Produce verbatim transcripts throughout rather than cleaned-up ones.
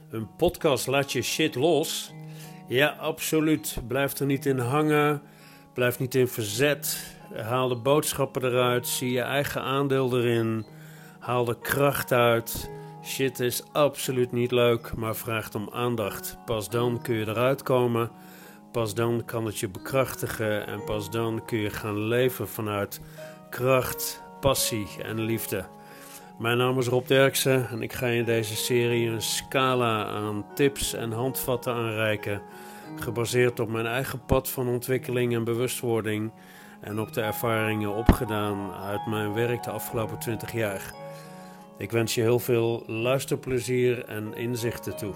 Een podcast laat je shit los. Ja, absoluut. Blijf er niet in hangen. Blijf niet in verzet. Haal de boodschappen eruit. Zie je eigen aandeel erin. Haal de kracht uit. Shit is absoluut niet leuk, maar vraagt om aandacht. Pas dan kun je eruit komen. Pas dan kan het je bekrachtigen. En pas dan kun je gaan leven vanuit kracht, passie en liefde. Mijn naam is Rob Derksen en ik ga je in deze serie een scala aan tips en handvatten aanreiken, gebaseerd op mijn eigen pad van ontwikkeling en bewustwording en op de ervaringen opgedaan uit mijn werk de afgelopen twintig jaar. Ik wens je heel veel luisterplezier en inzichten toe.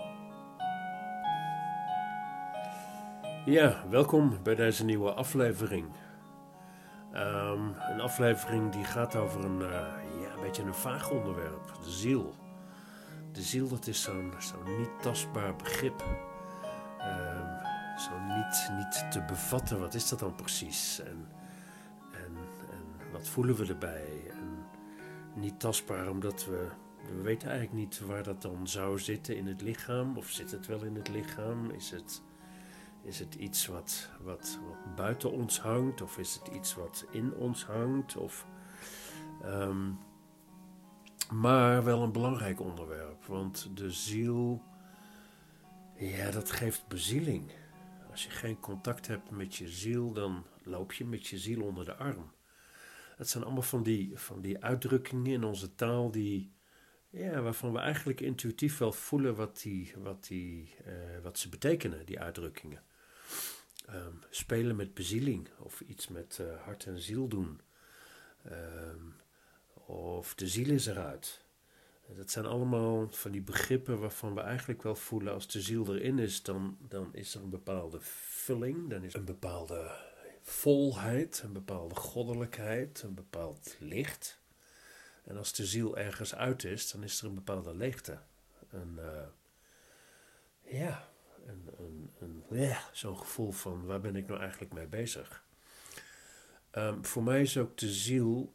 Ja, welkom bij deze nieuwe aflevering. Um, een aflevering die gaat over een, uh, ja, een beetje een vaag onderwerp, de ziel. De ziel, dat is zo'n, zo'n niet tastbaar begrip. Um, zo niet, niet te bevatten, wat is dat dan precies? En, en, en wat voelen we erbij? En niet tastbaar, omdat we, we weten eigenlijk niet waar dat dan zou zitten in het lichaam. Of zit het wel in het lichaam? Is het... Is het iets wat, wat, wat buiten ons hangt? Of is het iets wat in ons hangt? Of, um, maar wel een belangrijk onderwerp. Want de ziel, ja, dat geeft bezieling. Als je geen contact hebt met je ziel, dan loop je met je ziel onder de arm. Het zijn allemaal van die, van die uitdrukkingen in onze taal die... Ja, waarvan we eigenlijk intuïtief wel voelen wat, die, wat, die, uh, wat ze betekenen, die uitdrukkingen. Um, spelen met bezieling of iets met uh, hart en ziel doen. Um, of de ziel is eruit. Dat zijn allemaal van die begrippen waarvan we eigenlijk wel voelen als de ziel erin is, dan, dan is er een bepaalde vulling, dan is er een bepaalde volheid, een bepaalde goddelijkheid, een bepaald licht. En als de ziel ergens uit is, dan is er een bepaalde leegte. Een, uh, ja, een, een, een, yeah, zo'n gevoel van waar ben ik nou eigenlijk mee bezig. Um, voor mij is ook de ziel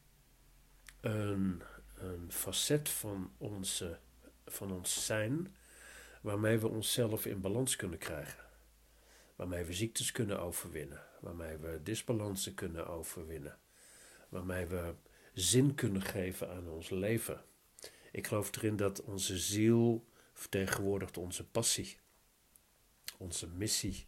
een, een facet van, onze, van ons zijn, waarmee we onszelf in balans kunnen krijgen. Waarmee we ziektes kunnen overwinnen. Waarmee we disbalansen kunnen overwinnen. Waarmee we zin kunnen geven aan ons leven. Ik geloof erin dat onze ziel vertegenwoordigt onze passie, onze missie.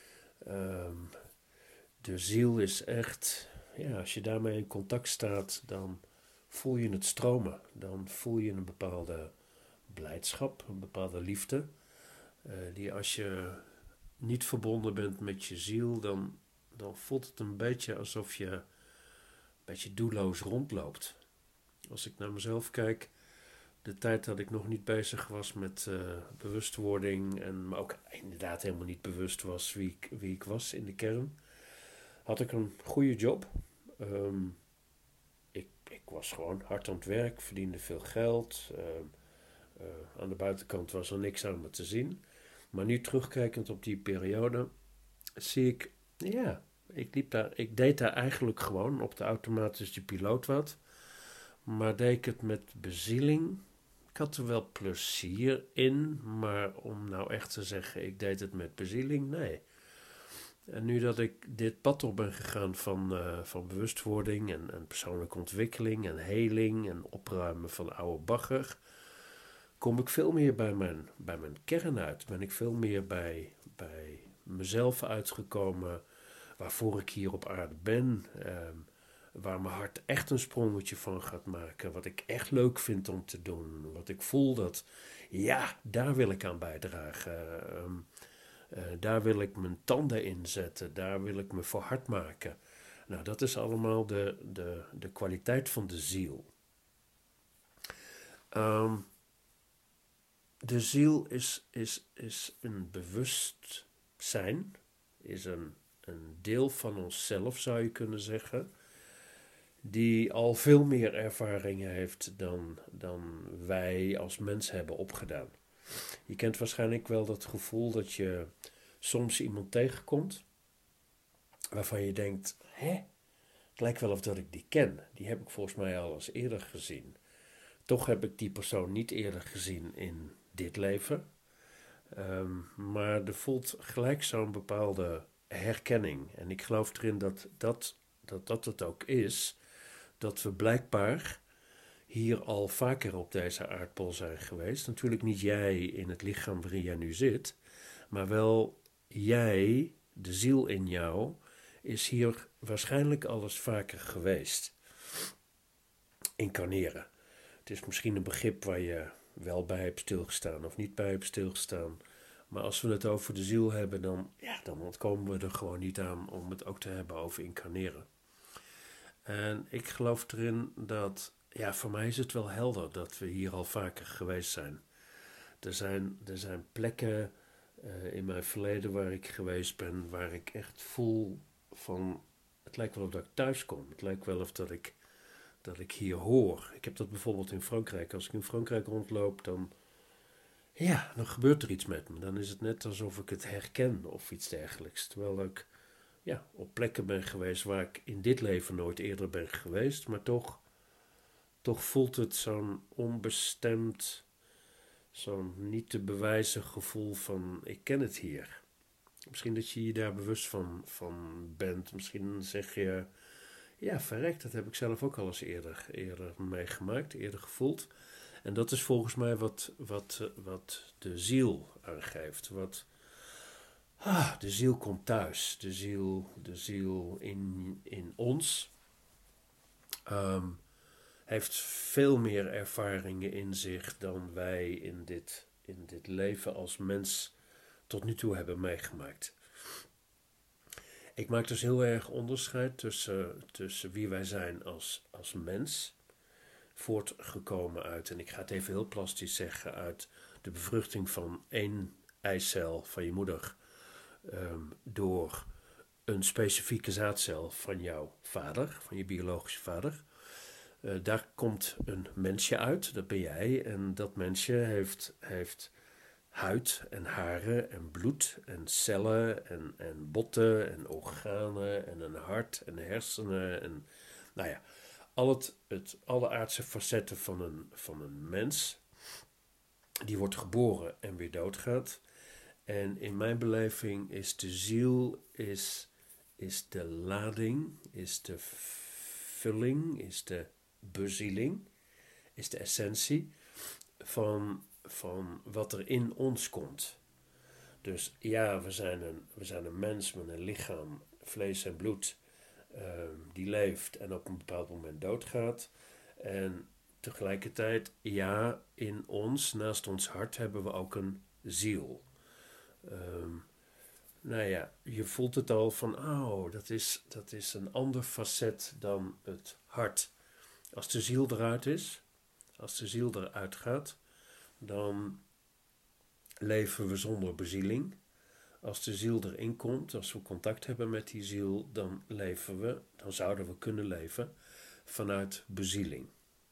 Um, de ziel is echt, ja, als je daarmee in contact staat, dan voel je het stromen. Dan voel je een bepaalde blijdschap, een bepaalde liefde. Uh, die als je niet verbonden bent met je ziel, dan, dan voelt het een beetje alsof je een beetje doelloos rondloopt. Als ik naar mezelf kijk, de tijd dat ik nog niet bezig was met uh, bewustwording en maar ook inderdaad helemaal niet bewust was wie ik, wie ik was in de kern, had ik een goede job. Um, ik, ik was gewoon hard aan het werk, verdiende veel geld. Uh, uh, aan de buitenkant was er niks aan me te zien. Maar nu terugkijkend op die periode, zie ik, ja... Ik, liep daar, ik deed daar eigenlijk gewoon op de automatische piloot wat. Maar deed ik het met bezieling. Ik had er wel plezier in. Maar om nou echt te zeggen, ik deed het met bezieling, nee. En nu dat ik dit pad op ben gegaan van, uh, van bewustwording en, en persoonlijke ontwikkeling en heling en opruimen van oude bagger, kom ik veel meer bij mijn, bij mijn kern uit. Ben ik veel meer bij, bij mezelf uitgekomen, waarvoor ik hier op aarde ben, eh, waar mijn hart echt een sprongetje van gaat maken, wat ik echt leuk vind om te doen, wat ik voel dat, ja, daar wil ik aan bijdragen, uh, uh, daar wil ik mijn tanden in zetten, daar wil ik me voor hard maken. Nou, dat is allemaal de, de, de kwaliteit van de ziel. Um, de ziel is, is, is een bewustzijn, is een Een deel van onszelf, zou je kunnen zeggen, die al veel meer ervaringen heeft dan, dan wij als mens hebben opgedaan. Je kent waarschijnlijk wel dat gevoel dat je soms iemand tegenkomt, waarvan je denkt, hè, het lijkt wel of dat ik die ken. Die heb ik volgens mij al eens eerder gezien. Toch heb ik die persoon niet eerder gezien in dit leven. Um, maar er voelt gelijk zo'n bepaalde herkenning. En ik geloof erin dat dat, dat dat het ook is. Dat we blijkbaar hier al vaker op deze aardbol zijn geweest. Natuurlijk niet jij in het lichaam waarin jij nu zit. Maar wel jij, de ziel in jou, is hier waarschijnlijk al eens vaker geweest. Incarneren. Het is misschien een begrip waar je wel bij hebt stilgestaan of niet bij hebt stilgestaan. Maar als we het over de ziel hebben, dan, ja, dan ontkomen we er gewoon niet aan om het ook te hebben over incarneren. En ik geloof erin dat, ja, voor mij is het wel helder dat we hier al vaker geweest zijn. Er zijn, er zijn plekken uh, in mijn verleden waar ik geweest ben, waar ik echt voel van, het lijkt wel of dat ik thuis kom. Het lijkt wel of dat ik, dat ik hier hoor. Ik heb dat bijvoorbeeld in Frankrijk. Als ik in Frankrijk rondloop, dan, ja, dan gebeurt er iets met me. Dan is het net alsof ik het herken of iets dergelijks. Terwijl ik, ja, op plekken ben geweest waar ik in dit leven nooit eerder ben geweest, maar toch, toch voelt het zo'n onbestemd, zo'n niet te bewijzen gevoel van, ik ken het hier. Misschien dat je je daar bewust van, van bent. Misschien zeg je, ja, verrekt, dat heb ik zelf ook al eens eerder, eerder meegemaakt, eerder gevoeld. En dat is volgens mij wat, wat, wat de ziel aangeeft. Wat, ah, de ziel komt thuis. De ziel, de ziel in, in ons um, heeft veel meer ervaringen in zich dan wij in dit, in dit leven als mens tot nu toe hebben meegemaakt. Ik maak dus heel erg onderscheid tussen, tussen wie wij zijn als, als mens, voortgekomen uit, en ik ga het even heel plastisch zeggen, uit de bevruchting van één eicel van je moeder um, door een specifieke zaadcel van jouw vader, van je biologische vader. Uh, daar komt een mensje uit, dat ben jij, en dat mensje heeft, heeft huid en haren en bloed en cellen en, en botten en organen en een hart en hersenen en, nou ja, al het, het, alle aardse facetten van een, van een mens, die wordt geboren en weer doodgaat. En in mijn beleving is de ziel, is, is de lading, is de vulling, is de bezieling, is de essentie van, van wat er in ons komt. Dus ja, we zijn een, we zijn een mens met een lichaam, vlees en bloed, uh, die leeft en op een bepaald moment doodgaat. En tegelijkertijd, ja, in ons, naast ons hart, hebben we ook een ziel. Um, nou ja, je voelt het al van, oh, dat is, dat is een ander facet dan het hart. Als de ziel eruit is, als de ziel eruit gaat, dan leven we zonder bezieling. Als de ziel erin komt, als we contact hebben met die ziel, dan leven we, dan zouden we kunnen leven vanuit bezieling.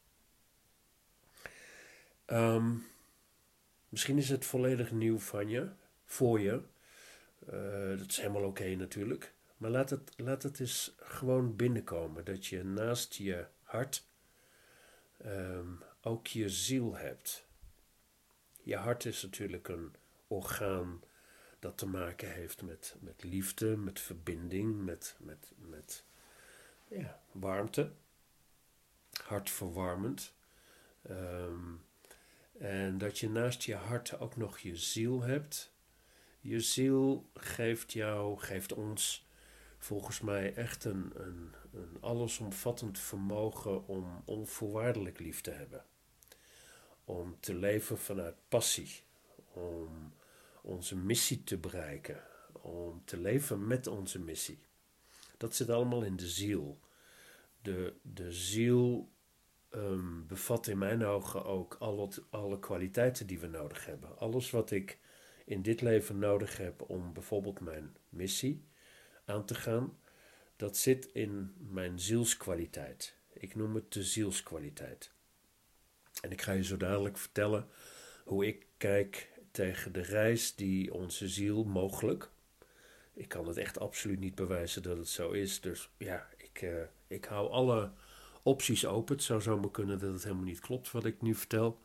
Um, misschien is het volledig nieuw van je, voor je. Uh, dat is helemaal oké okay natuurlijk. Maar laat het, laat het eens gewoon binnenkomen. Dat je naast je hart um, ook je ziel hebt. Je hart is natuurlijk een orgaan dat te maken heeft met, met liefde, met verbinding, met, met, met ja, warmte. Hartverwarmend. Um, en dat je naast je hart ook nog je ziel hebt. Je ziel geeft jou, geeft ons volgens mij echt een, een, een allesomvattend vermogen om onvoorwaardelijk lief te hebben. Om te leven vanuit passie. Om onze missie te bereiken. Om te leven met onze missie. Dat zit allemaal in de ziel. De, de ziel um, bevat in mijn ogen ook alle, alle kwaliteiten die we nodig hebben. Alles wat ik in dit leven nodig heb om bijvoorbeeld mijn missie aan te gaan, dat zit in mijn zielskwaliteit. Ik noem het de zielskwaliteit. En ik ga je zo dadelijk vertellen hoe ik kijk tegen de reis die onze ziel mogelijk, ik kan het echt absoluut niet bewijzen dat het zo is, dus ja, ik, uh, ik hou alle opties open. Het zou zomaar kunnen dat het helemaal niet klopt wat ik nu vertel,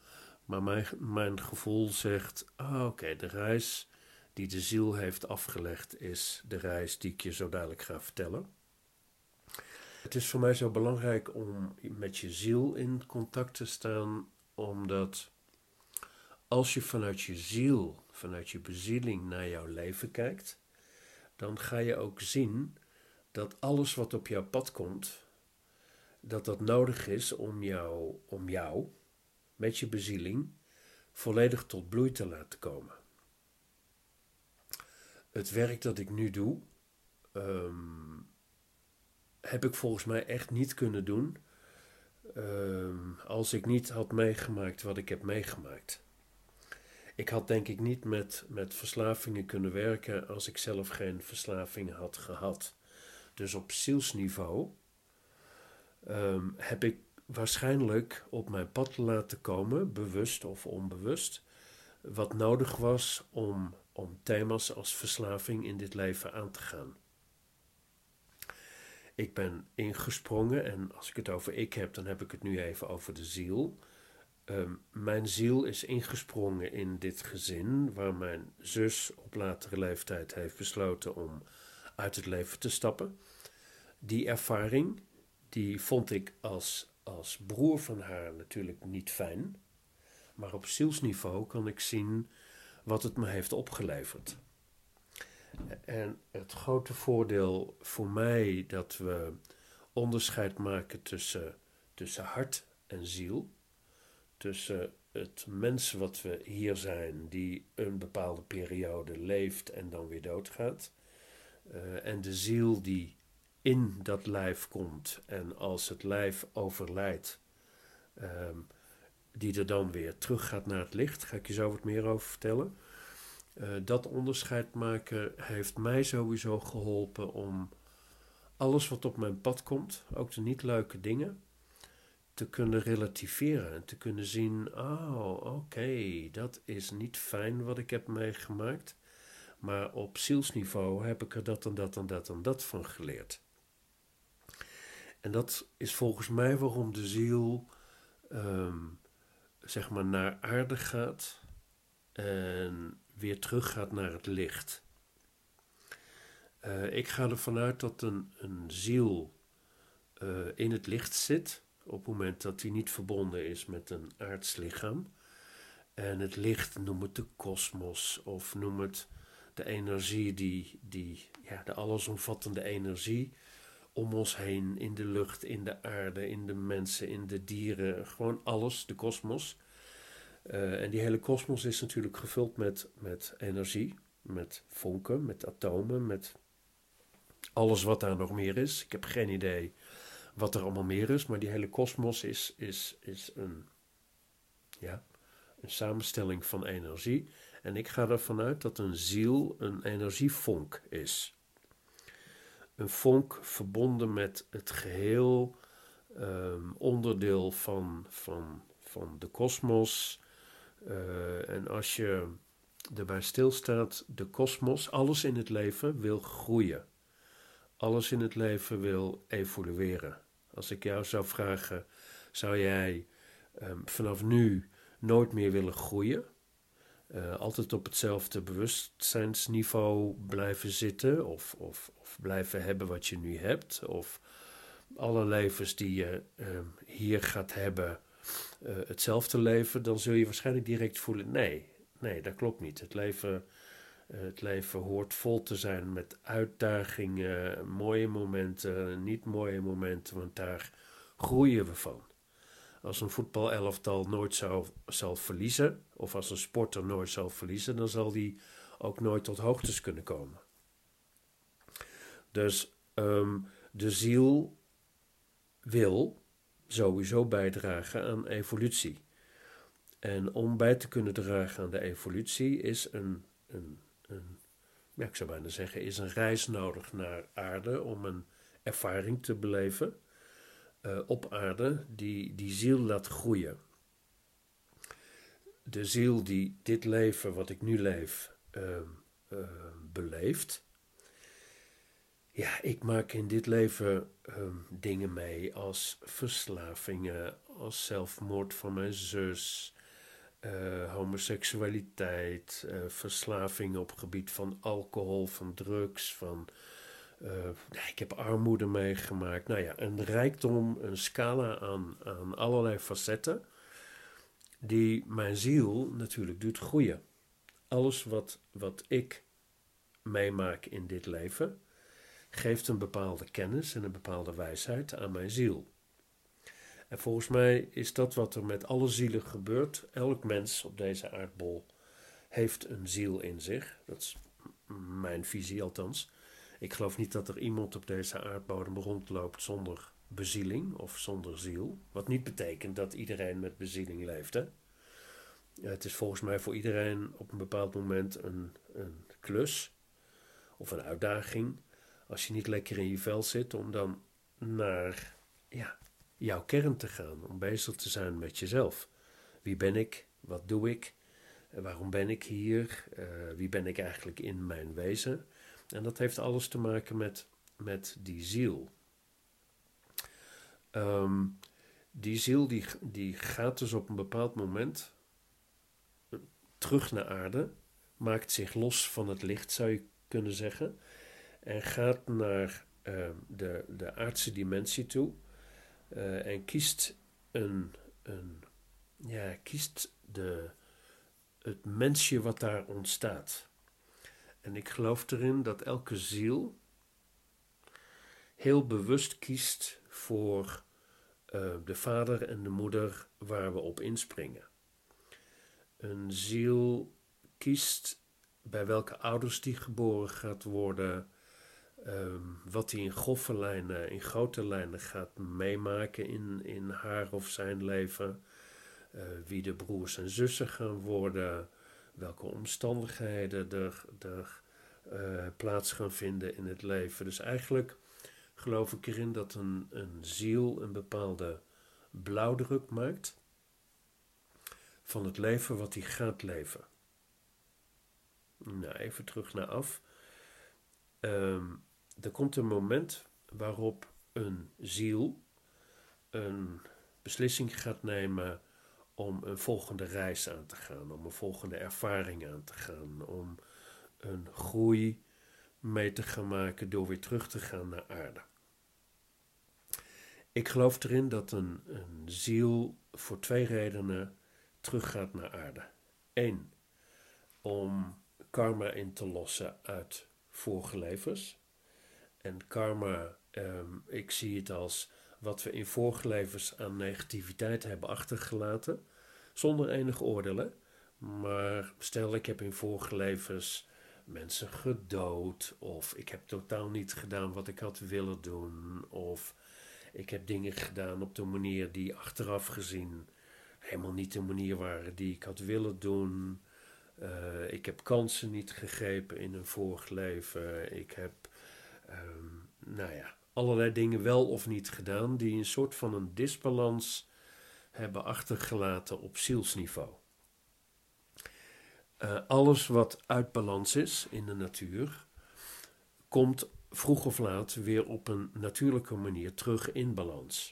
Maar mijn, mijn gevoel zegt, ah, oké, okay, de reis die de ziel heeft afgelegd is de reis die ik je zo dadelijk ga vertellen. Het is voor mij zo belangrijk om met je ziel in contact te staan, omdat als je vanuit je ziel, vanuit je bezieling naar jouw leven kijkt, dan ga je ook zien dat alles wat op jouw pad komt, dat dat nodig is om jou, om jou met je bezieling, volledig tot bloei te laten komen. Het werk dat ik nu doe, um, heb ik volgens mij echt niet kunnen doen, um, als ik niet had meegemaakt wat ik heb meegemaakt. Ik had denk ik niet met, met verslavingen kunnen werken als ik zelf geen verslaving had gehad. Dus op zielsniveau um, heb ik waarschijnlijk op mijn pad laten komen, bewust of onbewust, wat nodig was om, om thema's als verslaving in dit leven aan te gaan. Ik ben ingesprongen en als ik het over ik heb, dan heb ik het nu even over de ziel. Um, mijn ziel is ingesprongen in dit gezin waar mijn zus op latere leeftijd heeft besloten om uit het leven te stappen. Die ervaring, die vond ik als, als broer van haar natuurlijk niet fijn. Maar op zielsniveau kan ik zien wat het me heeft opgeleverd. En het grote voordeel voor mij dat we onderscheid maken tussen, tussen hart en ziel. Tussen het mens wat we hier zijn, die een bepaalde periode leeft en dan weer doodgaat. Uh, en de ziel die in dat lijf komt en als het lijf overlijdt, um, die er dan weer terug gaat naar het licht. Daar ga ik je zo wat meer over vertellen. Uh, dat onderscheid maken heeft mij sowieso geholpen om alles wat op mijn pad komt, ook de niet leuke dingen, te kunnen relativeren en te kunnen zien, oh, oké, okay, dat is niet fijn wat ik heb meegemaakt, maar op zielsniveau heb ik er dat en dat en dat en dat van geleerd. En dat is volgens mij waarom de ziel um, zeg maar naar aarde gaat en weer terug gaat naar het licht. Uh, ik ga ervan uit dat een, een ziel uh, in het licht zit op het moment dat hij niet verbonden is met een aards lichaam. En het licht, noem het de kosmos of noem het de energie, die, die, ja, de allesomvattende energie om ons heen, in de lucht, in de aarde, in de mensen, in de dieren, gewoon alles, de kosmos. Uh, en die hele kosmos is natuurlijk gevuld met, met energie, met vonken, met atomen, met alles wat daar nog meer is. Ik heb geen idee wat er allemaal meer is, maar die hele kosmos is, is, is een, ja, een samenstelling van energie. En ik ga ervan uit dat een ziel een energievonk is. Een vonk verbonden met het geheel, um, onderdeel van, van, van de kosmos. Uh, en als je erbij stilstaat, de kosmos, alles in het leven wil groeien. Alles in het leven wil evolueren. Als ik jou zou vragen, zou jij um, vanaf nu nooit meer willen groeien? Uh, altijd op hetzelfde bewustzijnsniveau blijven zitten of, of, of blijven hebben wat je nu hebt? Of alle levens die je um, hier gaat hebben uh, hetzelfde leven? Dan zul je waarschijnlijk direct voelen, nee, nee, dat klopt niet. Het leven... Het leven hoort vol te zijn met uitdagingen, mooie momenten, niet mooie momenten, want daar groeien we van. Als een voetbalelftal nooit zal, zal verliezen, of als een sporter nooit zal verliezen, dan zal die ook nooit tot hoogtes kunnen komen. Dus um, de ziel wil sowieso bijdragen aan evolutie. En om bij te kunnen dragen aan de evolutie is een, een Een, ja, ik zou bijna zeggen, is een reis nodig naar aarde om een ervaring te beleven uh, op aarde die die ziel laat groeien. De ziel die dit leven wat ik nu leef uh, uh, beleeft. Ja, ik maak in dit leven uh, dingen mee als verslavingen, als zelfmoord van mijn zus, uh, homoseksualiteit, uh, verslaving op het gebied van alcohol, van drugs, van... Uh, nee, ik heb armoede meegemaakt. Nou ja, een rijkdom, een scala aan, aan allerlei facetten die mijn ziel natuurlijk doet groeien. Alles wat, wat ik meemaak in dit leven geeft een bepaalde kennis en een bepaalde wijsheid aan mijn ziel. En volgens mij is dat wat er met alle zielen gebeurt. Elk mens op deze aardbol heeft een ziel in zich. Dat is mijn visie althans. Ik geloof niet dat er iemand op deze aardbodem rondloopt zonder bezieling of zonder ziel. Wat niet betekent dat iedereen met bezieling leeft. Hè? Ja, het is volgens mij voor iedereen op een bepaald moment een, een klus of een uitdaging. Als je niet lekker in je vel zit, om dan naar ja, jouw kern te gaan. Om bezig te zijn met jezelf. Wie ben ik? Wat doe ik? Waarom ben ik hier? Uh, wie ben ik eigenlijk in mijn wezen? En dat heeft alles te maken met, met die ziel. Um, die ziel die, die gaat dus op een bepaald moment terug naar aarde. Maakt zich los van het licht, zou je kunnen zeggen. En gaat naar uh, de, de aardse dimensie toe. Uh, en kiest, een, een, ja, kiest de, het mensje wat daar ontstaat. En ik geloof erin dat elke ziel heel bewust kiest voor uh, de vader en de moeder waar we op inspringen. Een ziel kiest bij welke ouders die geboren gaat worden, um, wat hij in grove lijnen, in grote lijnen gaat meemaken in, in haar of zijn leven, uh, wie de broers en zussen gaan worden, welke omstandigheden er, er uh, plaats gaan vinden in het leven. Dus eigenlijk geloof ik erin dat een, een ziel een bepaalde blauwdruk maakt van het leven wat hij gaat leven. Nou, even terug naar af. Um, er komt een moment waarop een ziel een beslissing gaat nemen om een volgende reis aan te gaan, om een volgende ervaring aan te gaan, om een groei mee te gaan maken door weer terug te gaan naar aarde. Ik geloof erin dat een, een ziel voor twee redenen teruggaat naar aarde. Eén, om karma in te lossen uit vorige levens. En karma, um, ik zie het als wat we in vorige levens aan negativiteit hebben achtergelaten, zonder enig oordelen. Maar stel ik heb in vorige levens mensen gedood, of ik heb totaal niet gedaan wat ik had willen doen, of ik heb dingen gedaan op de manier die achteraf gezien helemaal niet de manier waren die ik had willen doen. Uh, ik heb kansen niet gegrepen in een vorig leven. Ik heb, um, nou ja, allerlei dingen wel of niet gedaan die een soort van een disbalans hebben achtergelaten op zielsniveau. Uh, alles wat uit balans is in de natuur, komt vroeg of laat weer op een natuurlijke manier terug in balans.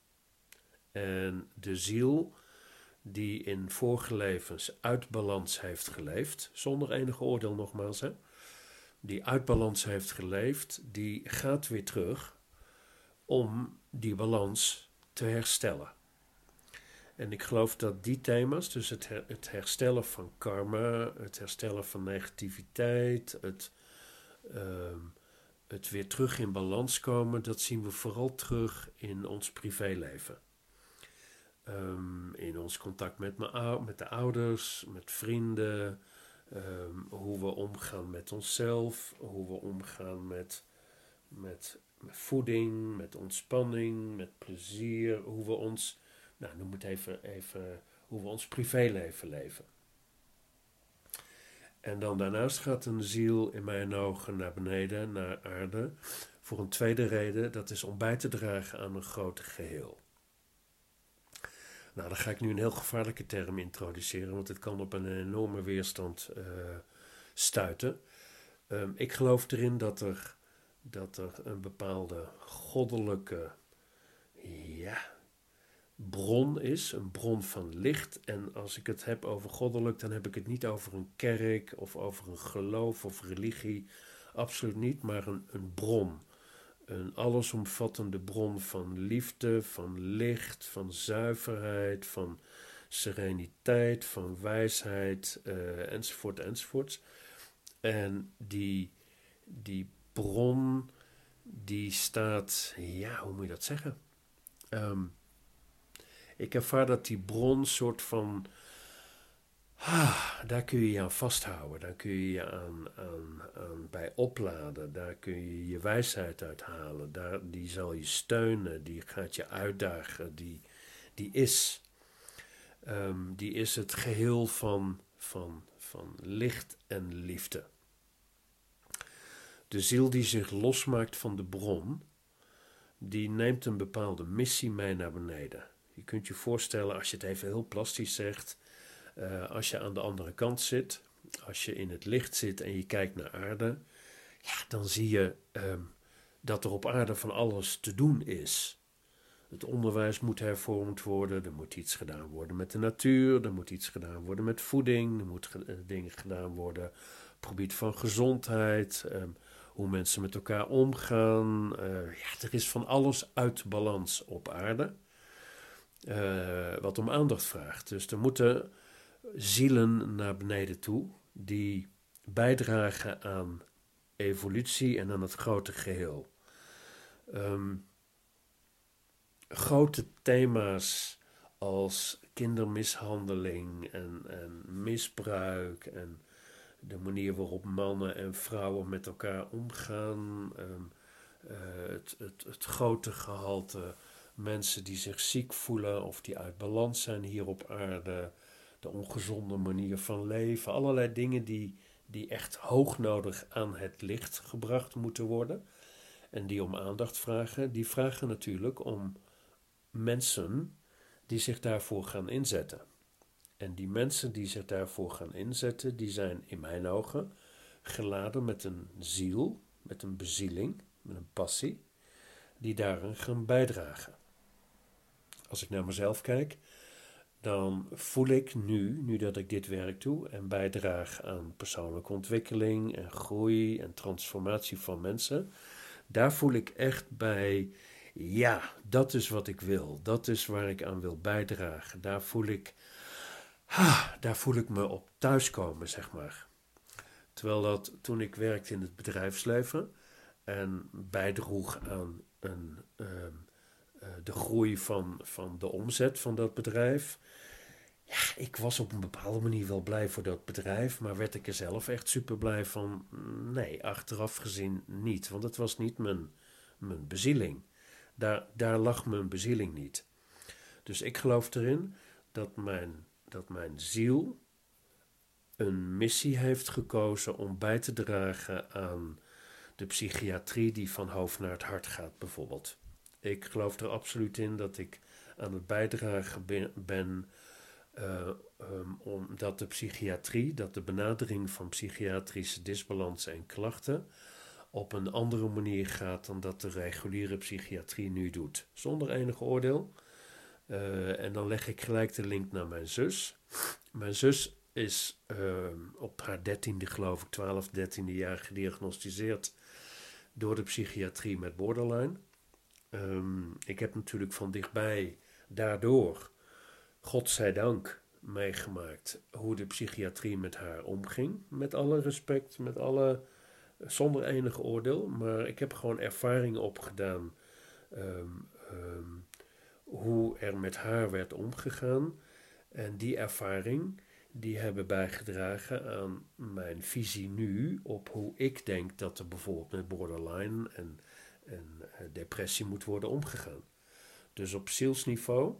En de ziel die in vorige levens uit balans heeft geleefd, zonder enig oordeel nogmaals, hè, die uit balans heeft geleefd, die gaat weer terug om die balans te herstellen. En ik geloof dat die thema's, dus het, her, het herstellen van karma, het herstellen van negativiteit, het, uh, het weer terug in balans komen, dat zien we vooral terug in ons privéleven. Um, in ons contact met, me, met de ouders, met vrienden, um, hoe we omgaan met onszelf, hoe we omgaan met, met, met voeding, met ontspanning, met plezier, hoe we ons, nou noem het even, even hoe we ons privéleven leven. En dan daarnaast gaat een ziel in mijn ogen naar beneden, naar aarde, voor een tweede reden, dat is om bij te dragen aan een groter geheel. Nou, dan ga ik nu een heel gevaarlijke term introduceren, want het kan op een enorme weerstand uh, stuiten. Um, ik geloof erin dat er, dat er een bepaalde goddelijke, ja, bron is, een bron van licht. En als ik het heb over goddelijk, dan heb ik het niet over een kerk of over een geloof of religie. Absoluut niet, maar een, een bron. Een allesomvattende bron van liefde, van licht, van zuiverheid, van sereniteit, van wijsheid, uh, enzovoort, enzovoort. En die, die bron, die staat, ja, hoe moet je dat zeggen? Um, ik ervaar dat die bron soort van, ah, daar kun je je aan vasthouden, daar kun je je aan, aan, aan bij opladen, daar kun je je wijsheid uithalen, daar, die zal je steunen, die gaat je uitdagen, die, die is. Um, die is het geheel van, van, van licht en liefde. De ziel die zich losmaakt van de bron, die neemt een bepaalde missie mee naar beneden. Je kunt je voorstellen, als je het even heel plastisch zegt, uh, als je aan de andere kant zit, als je in het licht zit en je kijkt naar aarde, ja, dan zie je um, dat er op aarde van alles te doen is. Het onderwijs moet hervormd worden, er moet iets gedaan worden met de natuur, er moet iets gedaan worden met voeding, er moeten uh, dingen gedaan worden op het gebied van gezondheid, um, hoe mensen met elkaar omgaan. Uh, ja, er is van alles uit balans op aarde, uh, wat om aandacht vraagt. Dus er moeten zielen naar beneden toe die bijdragen aan evolutie en aan het grote geheel. Um, grote thema's als kindermishandeling en, en misbruik en de manier waarop mannen en vrouwen met elkaar omgaan, um, uh, het, het, het grote gehalte mensen die zich ziek voelen of die uit balans zijn hier op aarde, de ongezonde manier van leven, allerlei dingen die, die echt hoognodig aan het licht gebracht moeten worden en die om aandacht vragen, die vragen natuurlijk om mensen die zich daarvoor gaan inzetten. En die mensen die zich daarvoor gaan inzetten, die zijn in mijn ogen geladen met een ziel, met een bezieling, met een passie, die daaraan gaan bijdragen. Als ik naar mezelf kijk, dan voel ik nu, nu dat ik dit werk doe en bijdraag aan persoonlijke ontwikkeling en groei en transformatie van mensen, daar voel ik echt bij, ja, dat is wat ik wil, dat is waar ik aan wil bijdragen. Daar voel ik, ah, daar voel ik me op thuiskomen, zeg maar. Terwijl dat toen ik werkte in het bedrijfsleven en bijdroeg aan een, uh, uh, de groei van, van de omzet van dat bedrijf. Ja, ik was op een bepaalde manier wel blij voor dat bedrijf, maar werd ik er zelf echt super blij van? Nee, achteraf gezien niet, want het was niet mijn, mijn bezieling. Daar, daar lag mijn bezieling niet. Dus ik geloof erin dat mijn, dat mijn ziel een missie heeft gekozen om bij te dragen aan de psychiatrie die van hoofd naar het hart gaat, bijvoorbeeld. Ik geloof er absoluut in dat ik aan het bijdragen ben, uh, um, omdat de psychiatrie, dat de benadering van psychiatrische disbalansen en klachten op een andere manier gaat dan dat de reguliere psychiatrie nu doet. Zonder enig oordeel. Uh, en dan leg ik gelijk de link naar mijn zus. Mijn zus is uh, op haar dertiende, geloof ik, twaalf, dertiende jaar gediagnosticeerd door de psychiatrie met borderline. Um, ik heb natuurlijk van dichtbij daardoor, godzijdank, meegemaakt hoe de psychiatrie met haar omging. Met alle respect, met alle, zonder enig oordeel. Maar ik heb gewoon ervaringen opgedaan um, um, hoe er met haar werd omgegaan. En die ervaring, die hebben bijgedragen aan mijn visie nu op hoe ik denk dat er bijvoorbeeld met borderline en, en depressie moet worden omgegaan. Dus op zielsniveau,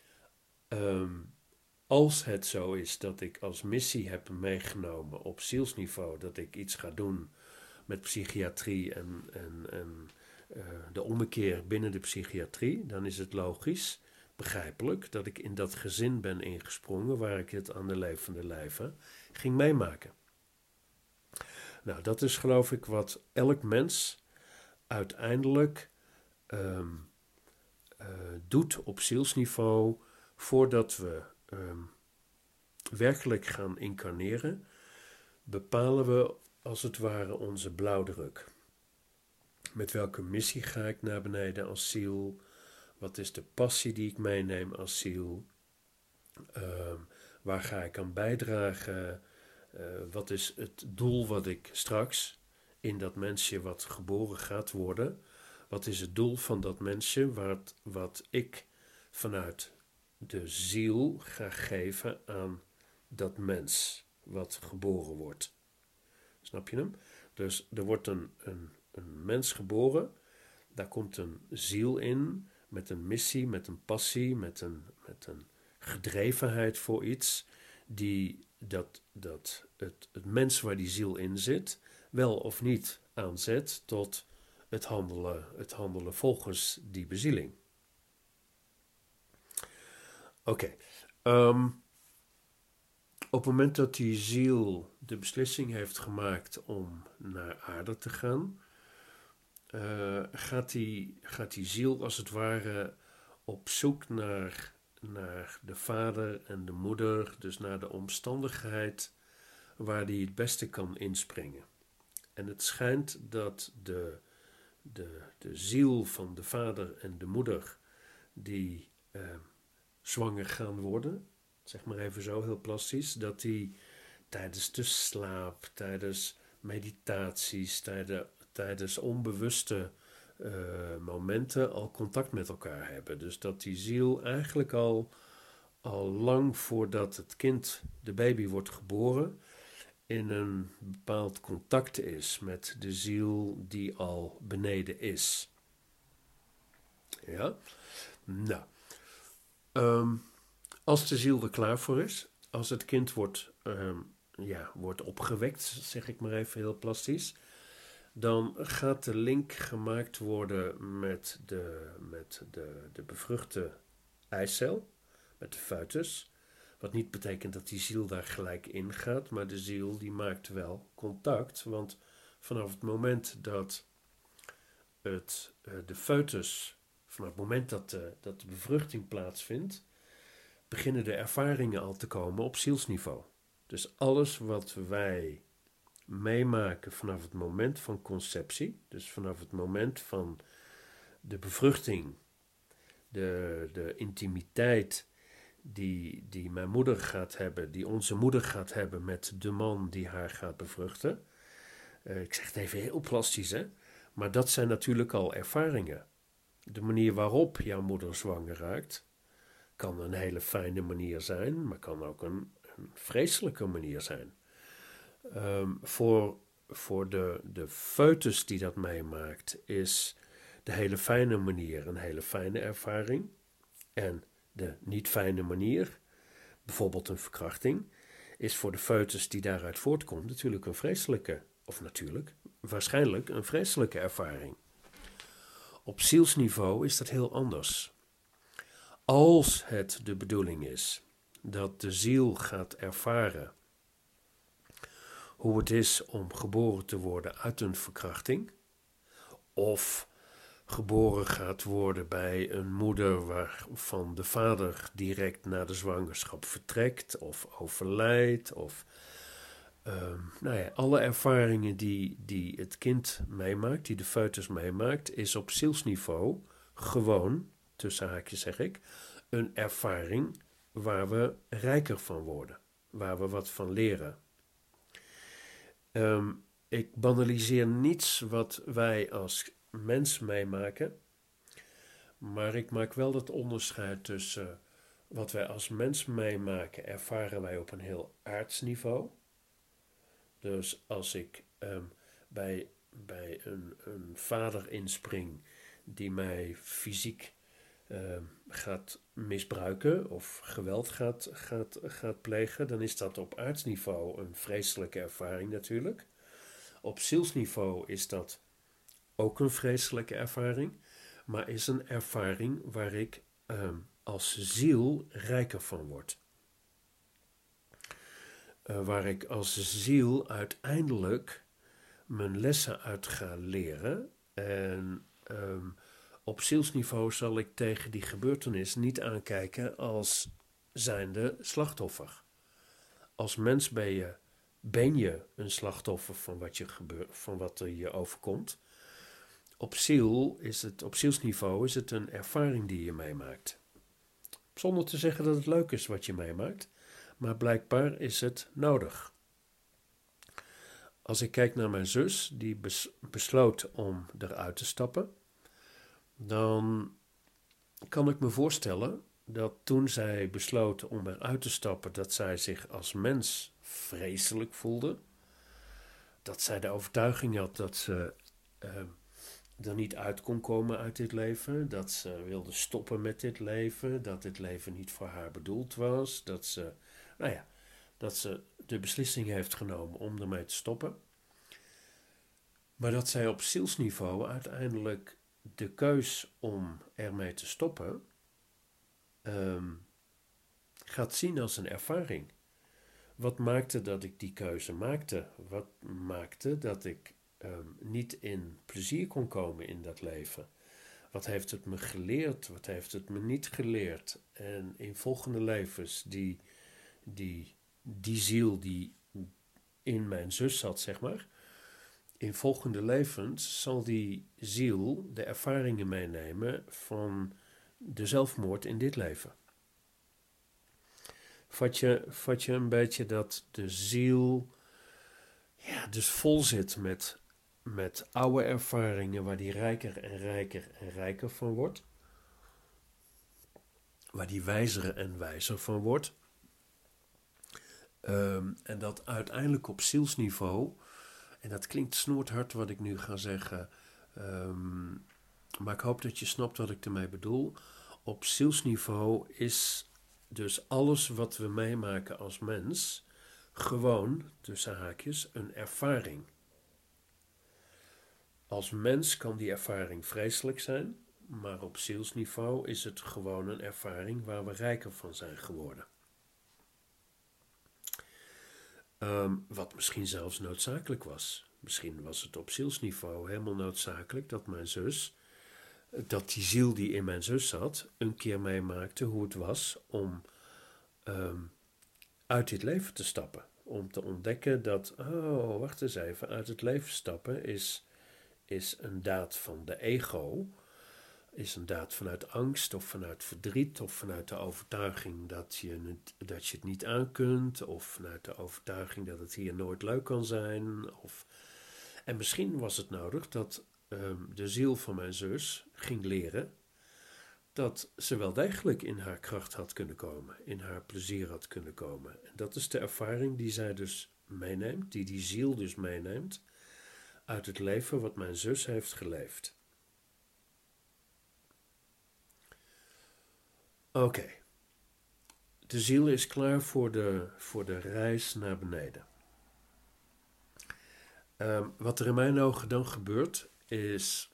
um, als het zo is dat ik als missie heb meegenomen op zielsniveau dat ik iets ga doen met psychiatrie en, en, en uh, de ommekeer binnen de psychiatrie, dan is het logisch, begrijpelijk, dat ik in dat gezin ben ingesprongen waar ik het aan de levende lijve ging meemaken. Nou, dat is geloof ik wat elk mens uiteindelijk um, uh, doet op zielsniveau voordat we um, werkelijk gaan incarneren, bepalen we als het ware onze blauwdruk. Met welke missie ga ik naar beneden als ziel? Wat is de passie die ik meeneem als ziel? Uh, waar ga ik aan bijdragen? Uh, wat is het doel wat ik straks in dat mensje wat geboren gaat worden? Wat is het doel van dat mensje wat, wat ik vanuit de ziel ga geven aan dat mens wat geboren wordt? Snap je hem? Dus er wordt een, een, een mens geboren, daar komt een ziel in met een missie, met een passie, met een, met een gedrevenheid voor iets, die dat, dat het, het mens waar die ziel in zit, wel of niet aanzet tot het handelen, het handelen volgens die bezieling. Oké. Okay. Um, op het moment dat die ziel de beslissing heeft gemaakt om naar aarde te gaan, uh, gaat, die, gaat die ziel als het ware op zoek naar, naar de vader en de moeder, dus naar de omstandigheid waar die het beste kan inspringen. En het schijnt dat de, de, de ziel van de vader en de moeder die uh, zwanger gaan worden, zeg maar even zo heel plastisch, dat die tijdens de slaap, tijdens meditaties, tijdens, tijdens onbewuste uh, momenten al contact met elkaar hebben. Dus dat die ziel eigenlijk al, al lang voordat het kind, de baby, wordt geboren, in een bepaald contact is met de ziel die al beneden is. Ja? Nou. Um, als de ziel er klaar voor is, als het kind wordt, um, ja, wordt opgewekt, zeg ik maar even heel plastisch, dan gaat de link gemaakt worden met de, met de, de bevruchte eicel, met de foetus. Wat niet betekent dat die ziel daar gelijk in gaat, maar de ziel die maakt wel contact. Want vanaf het moment dat het, uh, de foetus, vanaf het moment dat de, dat de bevruchting plaatsvindt, beginnen de ervaringen al te komen op zielsniveau. Dus alles wat wij meemaken vanaf het moment van conceptie, dus vanaf het moment van de bevruchting, de, de intimiteit die, die mijn moeder gaat hebben, die onze moeder gaat hebben met de man die haar gaat bevruchten. Uh, ik zeg het even heel plastisch, hè? Maar dat zijn natuurlijk al ervaringen. De manier waarop jouw moeder zwanger raakt, kan een hele fijne manier zijn, maar kan ook een, een vreselijke manier zijn. Um, voor voor de, de foetus die dat meemaakt, is de hele fijne manier een hele fijne ervaring. En de niet fijne manier, bijvoorbeeld een verkrachting, is voor de foetus die daaruit voortkomt natuurlijk een vreselijke, of natuurlijk, waarschijnlijk een vreselijke ervaring. Op zielsniveau is dat heel anders. Als het de bedoeling is dat de ziel gaat ervaren hoe het is om geboren te worden uit een verkrachting, of geboren gaat worden bij een moeder waarvan de vader direct na de zwangerschap vertrekt of overlijdt, of um, nou ja, alle ervaringen die, die het kind meemaakt, die de foetus meemaakt, is op zielsniveau gewoon, tussen haakjes zeg ik, een ervaring waar we rijker van worden, waar we wat van leren. Um, ik banaliseer niets wat wij als mens meemaken, maar ik maak wel dat onderscheid tussen uh, wat wij als mens meemaken, ervaren wij op een heel aards niveau. Dus als ik um, bij, bij een, een vader inspring die mij fysiek uh, gaat misbruiken of geweld gaat, gaat, gaat plegen, dan is dat op aardsniveau een vreselijke ervaring natuurlijk. Op zielsniveau is dat ook een vreselijke ervaring, maar is een ervaring waar ik um, als ziel rijker van word. Uh, waar ik als ziel uiteindelijk mijn lessen uit ga leren en um, op zielsniveau zal ik tegen die gebeurtenis niet aankijken als zijnde slachtoffer. Als mens ben je, ben je een slachtoffer van wat, je gebeur, van wat er je overkomt. Op ziel is het, op zielsniveau is het een ervaring die je meemaakt. Zonder te zeggen dat het leuk is wat je meemaakt, maar blijkbaar is het nodig. Als ik kijk naar mijn zus, die bes, besloot om eruit te stappen, dan kan ik me voorstellen dat toen zij besloot om eruit te stappen, dat zij zich als mens vreselijk voelde. Dat zij de overtuiging had dat ze uh, er niet uit kon komen uit dit leven. Dat ze wilde stoppen met dit leven. Dat dit leven niet voor haar bedoeld was. Dat ze, nou ja, dat ze de beslissing heeft genomen om ermee te stoppen. Maar dat zij op zielsniveau uiteindelijk de keus om ermee te stoppen um, gaat zien als een ervaring. Wat maakte dat ik die keuze maakte? Wat maakte dat ik um, niet in plezier kon komen in dat leven? Wat heeft het me geleerd? Wat heeft het me niet geleerd? En in volgende levens, die, die, die ziel die in mijn zus zat, zeg maar. In volgende levens zal die ziel de ervaringen meenemen van de zelfmoord in dit leven. Vat je, vat je een beetje dat de ziel ja, dus vol zit met, met oude ervaringen waar die rijker en rijker en rijker van wordt. Waar die wijzer en wijzer van wordt. Um, en dat uiteindelijk op zielsniveau, en dat klinkt snoerthard wat ik nu ga zeggen, um, maar ik hoop dat je snapt wat ik ermee bedoel. Op zielsniveau is dus alles wat we meemaken als mens gewoon, tussen haakjes, een ervaring. Als mens kan die ervaring vreselijk zijn, maar op zielsniveau is het gewoon een ervaring waar we rijker van zijn geworden. Um, wat misschien zelfs noodzakelijk was. Misschien was het op zielsniveau helemaal noodzakelijk dat mijn zus, dat die ziel die in mijn zus zat, een keer meemaakte hoe het was om um, uit dit leven te stappen. Om te ontdekken dat, oh, wacht eens even, uit het leven stappen is, is een daad van de ego, is een daad vanuit angst of vanuit verdriet of vanuit de overtuiging dat je het, dat je het niet aankunt of vanuit de overtuiging dat het hier nooit leuk kan zijn. Of... En misschien was het nodig dat um, de ziel van mijn zus ging leren dat ze wel degelijk in haar kracht had kunnen komen, in haar plezier had kunnen komen. En dat is de ervaring die zij dus meeneemt, die die ziel dus meeneemt uit het leven wat mijn zus heeft geleefd. Oké, okay. De ziel is klaar voor de, voor de reis naar beneden. Um, wat er in mijn ogen dan gebeurt, is,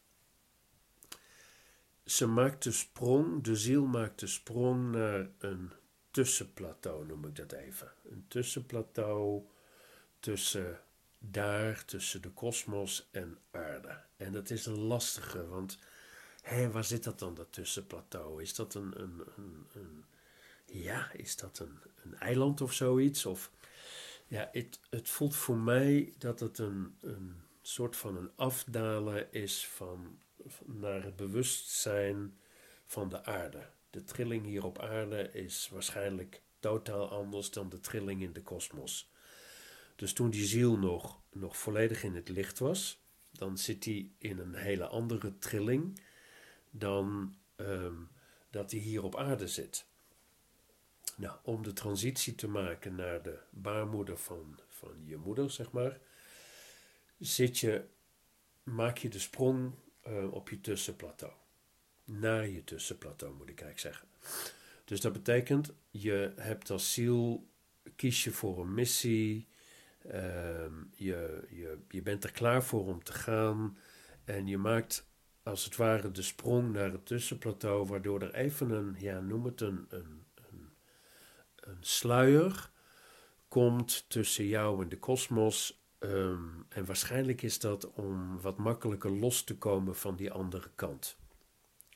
ze maakt de sprong, de ziel maakt de sprong naar een tussenplateau, noem ik dat even. Een tussenplateau tussen daar, tussen de kosmos en aarde. En dat is een lastige, want hé, waar zit dat dan, dat tussenplateau? Is dat een, een, een, een ja, is dat een, een eiland of zoiets? Of, ja, het, het voelt voor mij dat het een, een soort van een afdalen is van, van naar het bewustzijn van de aarde. De trilling hier op aarde is waarschijnlijk totaal anders dan de trilling in de kosmos. Dus toen die ziel nog, nog volledig in het licht was, dan zit die in een hele andere trilling dan um, dat hij hier op aarde zit. Nou, om de transitie te maken naar de baarmoeder van, van je moeder, zeg maar, zit je, maak je de sprong uh, op je tussenplateau. Naar je tussenplateau, moet ik eigenlijk zeggen. Dus dat betekent, je hebt als ziel, kies je voor een missie, uh, je, je, je bent er klaar voor om te gaan en je maakt als het ware de sprong naar het tussenplateau, waardoor er even een, ja, noem het een, een, een, een sluier komt tussen jou en de kosmos. Um, en waarschijnlijk is dat om wat makkelijker los te komen van die andere kant.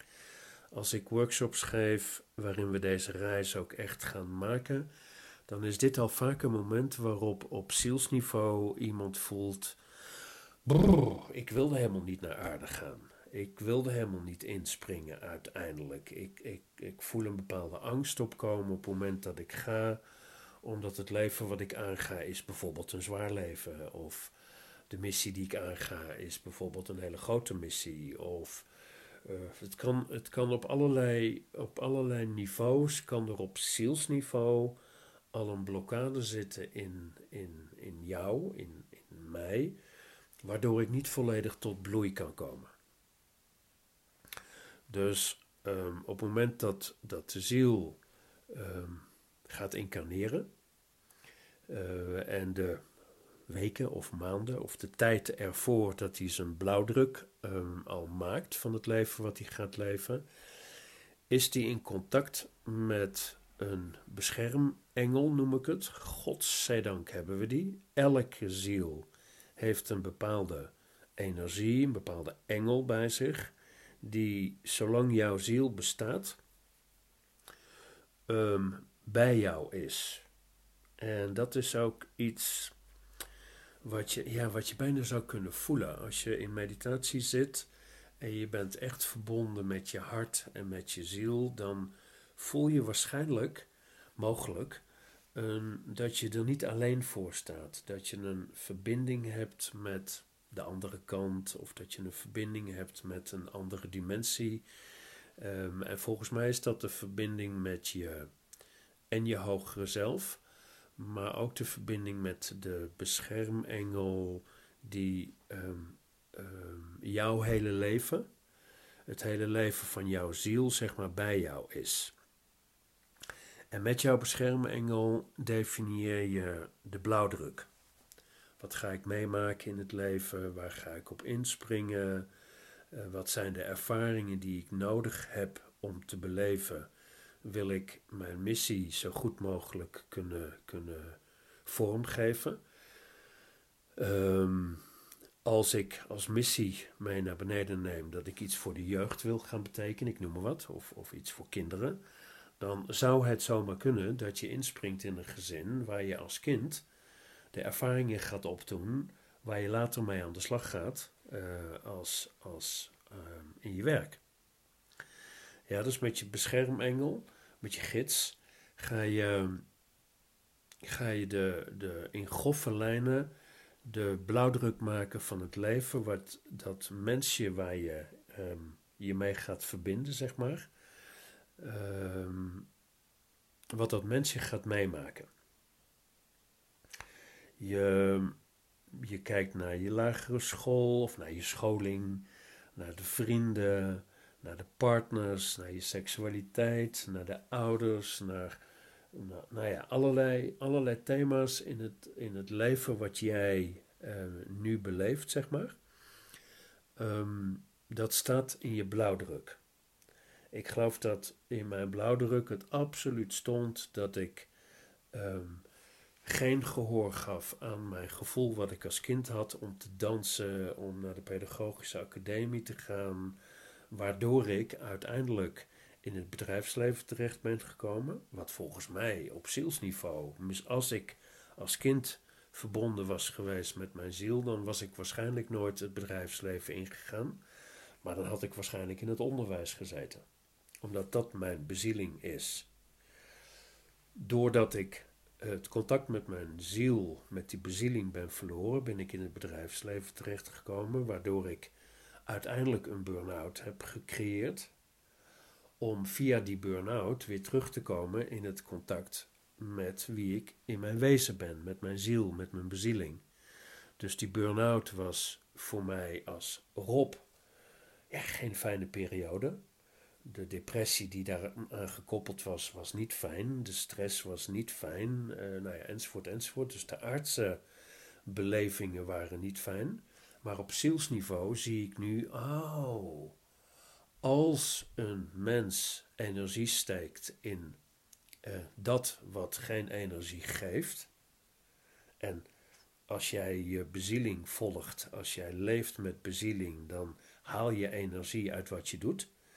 Als ik workshops geef waarin we deze reis ook echt gaan maken, dan is dit al vaak een moment waarop op zielsniveau iemand voelt: brrr, ik wilde helemaal niet naar aarde gaan. Ik wilde helemaal niet inspringen uiteindelijk. Ik, ik, ik voel een bepaalde angst opkomen op het moment dat ik ga, omdat het leven wat ik aanga is bijvoorbeeld een zwaar leven. Of de missie die ik aanga is bijvoorbeeld een hele grote missie. Of uh, het, kan, het kan op allerlei, op allerlei niveaus, kan er op zielsniveau al een blokkade zitten in, in, in jou, in, in mij, waardoor ik niet volledig tot bloei kan komen. Dus um, op het moment dat, dat de ziel um, gaat incarneren uh, en de weken of maanden of de tijd ervoor dat hij zijn blauwdruk um, al maakt van het leven wat hij gaat leven, is hij in contact met een beschermengel, noem ik het. Godzijdank hebben we die. Elke ziel heeft een bepaalde energie, een bepaalde engel bij zich, die zolang jouw ziel bestaat, um, bij jou is. En dat is ook iets wat je, ja, wat je bijna zou kunnen voelen als je in meditatie zit en je bent echt verbonden met je hart en met je ziel, dan voel je waarschijnlijk, mogelijk, um, dat je er niet alleen voor staat. Dat je een verbinding hebt met de andere kant, of dat je een verbinding hebt met een andere dimensie. Um, en volgens mij is dat de verbinding met je en je hogere zelf, maar ook de verbinding met de beschermengel die um, um, jouw hele leven, het hele leven van jouw ziel, zeg maar, bij jou is. En met jouw beschermengel definieer je de blauwdruk. Wat ga ik meemaken in het leven? Waar ga ik op inspringen? Uh, wat zijn de ervaringen die ik nodig heb om te beleven? Wil ik mijn missie zo goed mogelijk kunnen, kunnen vormgeven? Um, als ik als missie mee naar beneden neem dat ik iets voor de jeugd wil gaan betekenen, ik noem maar wat, of, of iets voor kinderen, dan zou het zomaar kunnen dat je inspringt in een gezin waar je als kind de ervaringen gaat opdoen waar je later mee aan de slag gaat uh, als, als uh, in je werk. Ja, dus met je beschermengel, met je gids, ga je, ga je de, de in grove lijnen de blauwdruk maken van het leven, wat dat mensje waar je um, je mee gaat verbinden, zeg maar, um, wat dat mensje gaat meemaken. Je, je kijkt naar je lagere school of naar je scholing, naar de vrienden, naar de partners, naar je seksualiteit, naar de ouders, naar, naar nou ja, allerlei, allerlei thema's in het, in het leven wat jij uh, nu beleeft, zeg maar. Um, dat staat in je blauwdruk. Ik geloof dat in mijn blauwdruk het absoluut stond dat ik um, geen gehoor gaf aan mijn gevoel wat ik als kind had om te dansen, om naar de pedagogische academie te gaan, waardoor ik uiteindelijk in het bedrijfsleven terecht ben gekomen, wat volgens mij op zielsniveau, als ik als kind verbonden was geweest met mijn ziel, dan was ik waarschijnlijk nooit het bedrijfsleven ingegaan, maar dan had ik waarschijnlijk in het onderwijs gezeten, omdat dat mijn bezieling is. Doordat ik het contact met mijn ziel, met die bezieling ben verloren, ben ik in het bedrijfsleven terechtgekomen, waardoor ik uiteindelijk een burn-out heb gecreëerd, om via die burn-out weer terug te komen in het contact met wie ik in mijn wezen ben, met mijn ziel, met mijn bezieling. Dus die burn-out was voor mij als Rob ja, geen fijne periode. De depressie die daar aan gekoppeld was, was niet fijn. De stress was niet fijn. Uh, nou ja, enzovoort, enzovoort. Dus de aardse belevingen waren niet fijn. Maar op zielsniveau zie ik nu, oh, als een mens energie steekt in uh, dat wat geen energie geeft, en als jij je bezieling volgt, als jij leeft met bezieling, dan haal je energie uit wat je doet.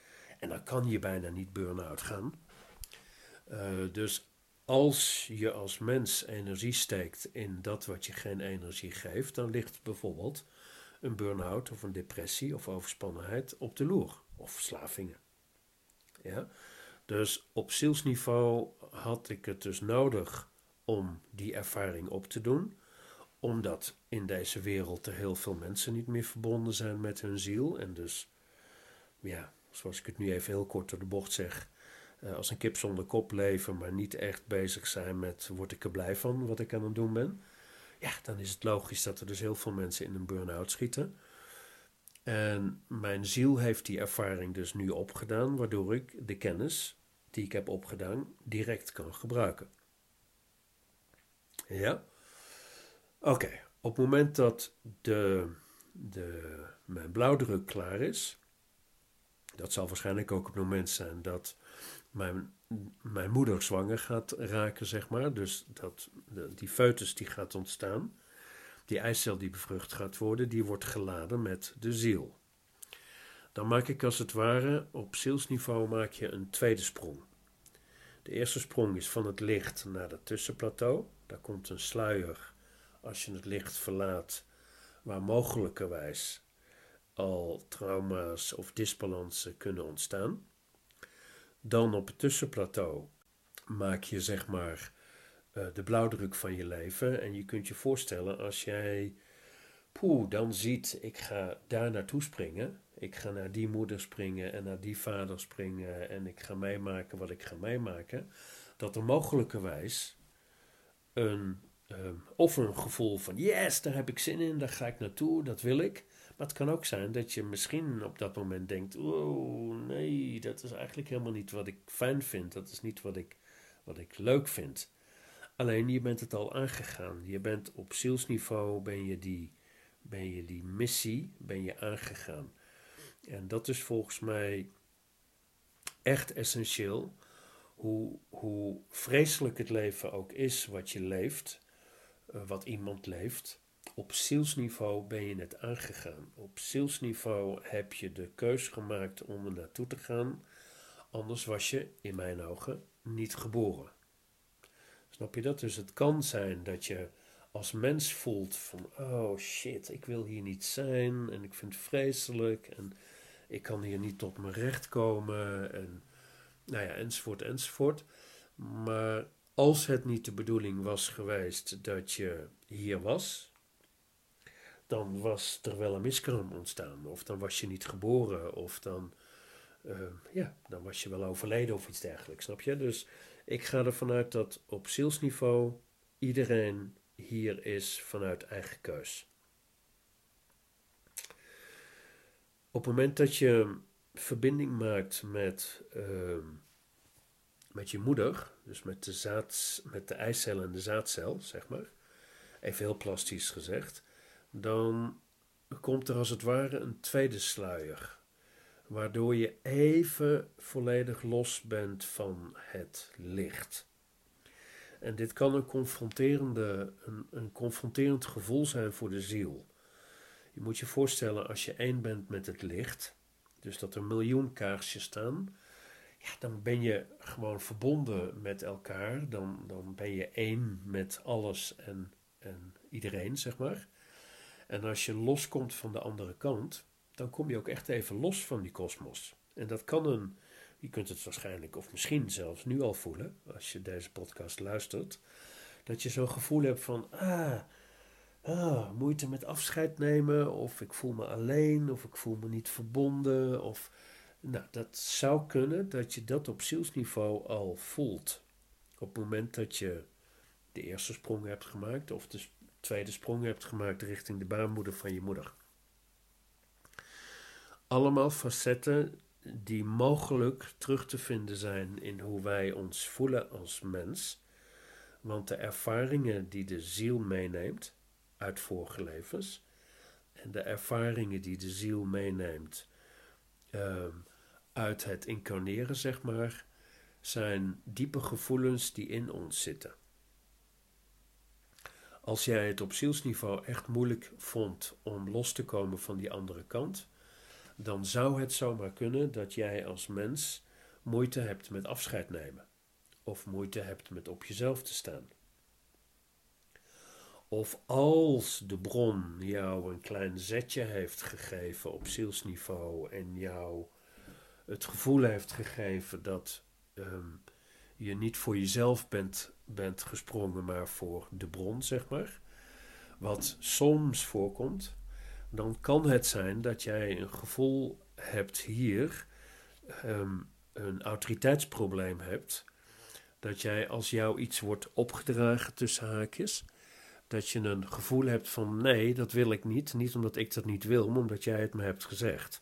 En dan kan je bijna niet burn-out gaan. Uh, dus als je als mens energie steekt in dat wat je geen energie geeft, dan ligt bijvoorbeeld een burn-out of een depressie of overspannenheid op de loer. Of verslavingen. Ja? Dus op zielsniveau had ik het dus nodig om die ervaring op te doen. Omdat in deze wereld er heel veel mensen niet meer verbonden zijn met hun ziel. En dus, ja, zoals ik het nu even heel kort door de bocht zeg, als een kip zonder kop leven, maar niet echt bezig zijn met, word ik er blij van wat ik aan het doen ben? Ja, dan is het logisch dat er dus heel veel mensen in een burn-out schieten. En mijn ziel heeft die ervaring dus nu opgedaan, waardoor ik de kennis die ik heb opgedaan direct kan gebruiken. Ja? Oké, okay. Op het moment dat de, de, mijn blauwdruk klaar is, dat zal waarschijnlijk ook het moment zijn dat mijn, mijn moeder zwanger gaat raken, zeg maar. Dus dat de, die foetus die gaat ontstaan, die eicel die bevrucht gaat worden, die wordt geladen met de ziel. Dan maak ik als het ware, op zielsniveau maak je een tweede sprong. De eerste sprong is van het licht naar het tussenplateau. Daar komt een sluier als je het licht verlaat, waar mogelijkerwijs al trauma's of disbalansen kunnen ontstaan. Dan op het tussenplateau maak je zeg maar uh, de blauwdruk van je leven. En je kunt je voorstellen als jij poeh, dan ziet, ik ga daar naartoe springen. Ik ga naar die moeder springen en naar die vader springen. En ik ga meemaken wat ik ga meemaken. Dat er mogelijkerwijs een, um, of een gevoel van yes, daar heb ik zin in, daar ga ik naartoe, dat wil ik. Maar het kan ook zijn dat je misschien op dat moment denkt, oh nee, dat is eigenlijk helemaal niet wat ik fijn vind. Dat is niet wat ik, wat ik leuk vind. Alleen je bent het al aangegaan. Je bent op zielsniveau, ben je die, ben je die missie, ben je aangegaan. En dat is volgens mij echt essentieel. Hoe, hoe vreselijk het leven ook is wat je leeft, uh, wat iemand leeft. Op zielsniveau ben je het aangegaan. Op zielsniveau heb je de keus gemaakt om er naartoe te gaan. Anders was je, in mijn ogen, niet geboren. Snap je dat? Dus het kan zijn dat je als mens voelt van, oh shit, ik wil hier niet zijn en ik vind het vreselijk en ik kan hier niet tot mijn recht komen en nou ja, enzovoort, enzovoort. Maar als het niet de bedoeling was geweest dat je hier was, dan was er wel een miskraam ontstaan. Of dan was je niet geboren, of dan, uh, ja, dan was je wel overleden of iets dergelijks, snap je? Dus ik ga ervan uit dat op zielsniveau iedereen hier is vanuit eigen keus. Op het moment dat je verbinding maakt met, uh, met je moeder, dus met de, zaad, met de eicel en de zaadcel, zeg maar, even heel plastisch gezegd, dan komt er als het ware een tweede sluier, waardoor je even volledig los bent van het licht. En dit kan een, confronterende, een, een confronterend gevoel zijn voor de ziel. Je moet je voorstellen, als je één bent met het licht, dus dat er een miljoen kaarsjes staan, ja, dan ben je gewoon verbonden met elkaar. Dan, dan ben je één met alles en, en iedereen, zeg maar. En als je loskomt van de andere kant, dan kom je ook echt even los van die kosmos. En dat kan een, je kunt het waarschijnlijk of misschien zelfs nu al voelen, als je deze podcast luistert, dat je zo'n gevoel hebt van, ah, ah, moeite met afscheid nemen, of ik voel me alleen, of ik voel me niet verbonden, of, nou, dat zou kunnen dat je dat op zielsniveau al voelt. Op het moment dat je de eerste sprong hebt gemaakt, of de tweede sprong hebt gemaakt richting de baarmoeder van je moeder. Allemaal facetten die mogelijk terug te vinden zijn in hoe wij ons voelen als mens. Want de ervaringen die de ziel meeneemt uit vorige levens en de ervaringen die de ziel meeneemt uh, uit het incarneren, zeg maar, zijn diepe gevoelens die in ons zitten. Als jij het op zielsniveau echt moeilijk vond om los te komen van die andere kant, dan zou het zomaar kunnen dat jij als mens moeite hebt met afscheid nemen. Of moeite hebt met op jezelf te staan. Of als de bron jou een klein zetje heeft gegeven op zielsniveau en jou het gevoel heeft gegeven dat um, je niet voor jezelf bent, bent gesprongen, maar voor de bron, zeg maar. Wat soms voorkomt, dan kan het zijn dat jij een gevoel hebt hier, um, een autoriteitsprobleem hebt, dat jij als jou iets wordt opgedragen tussen haakjes, dat je een gevoel hebt van nee, dat wil ik niet. Niet omdat ik dat niet wil, maar omdat jij het me hebt gezegd.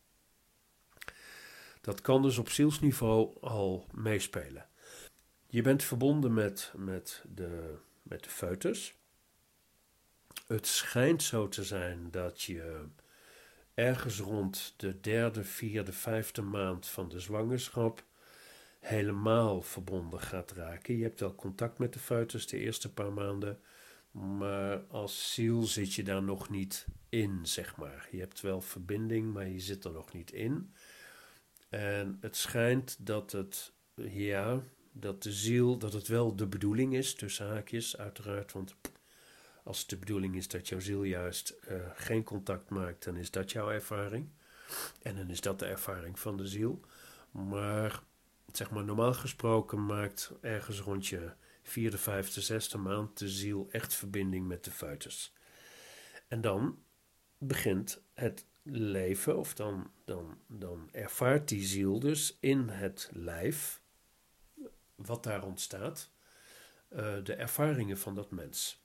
Dat kan dus op zielsniveau al meespelen. Je bent verbonden met, met, de, met de foetus. Het schijnt zo te zijn dat je ergens rond de derde, vierde, vijfde maand van de zwangerschap helemaal verbonden gaat raken. Je hebt wel contact met de foetus de eerste paar maanden, maar als ziel zit je daar nog niet in, zeg maar. Je hebt wel verbinding, maar je zit er nog niet in. En het schijnt dat het, ja, dat de ziel, dat het wel de bedoeling is, tussen haakjes uiteraard, want als het de bedoeling is dat jouw ziel juist uh, geen contact maakt, dan is dat jouw ervaring. En dan is dat de ervaring van de ziel. Maar, zeg maar, normaal gesproken maakt ergens rond je vierde, vijfde, zesde maand de ziel echt verbinding met de foetus. En dan begint het leven, of dan, dan, dan ervaart die ziel dus in het lijf, wat daar ontstaat, uh, de ervaringen van dat mens.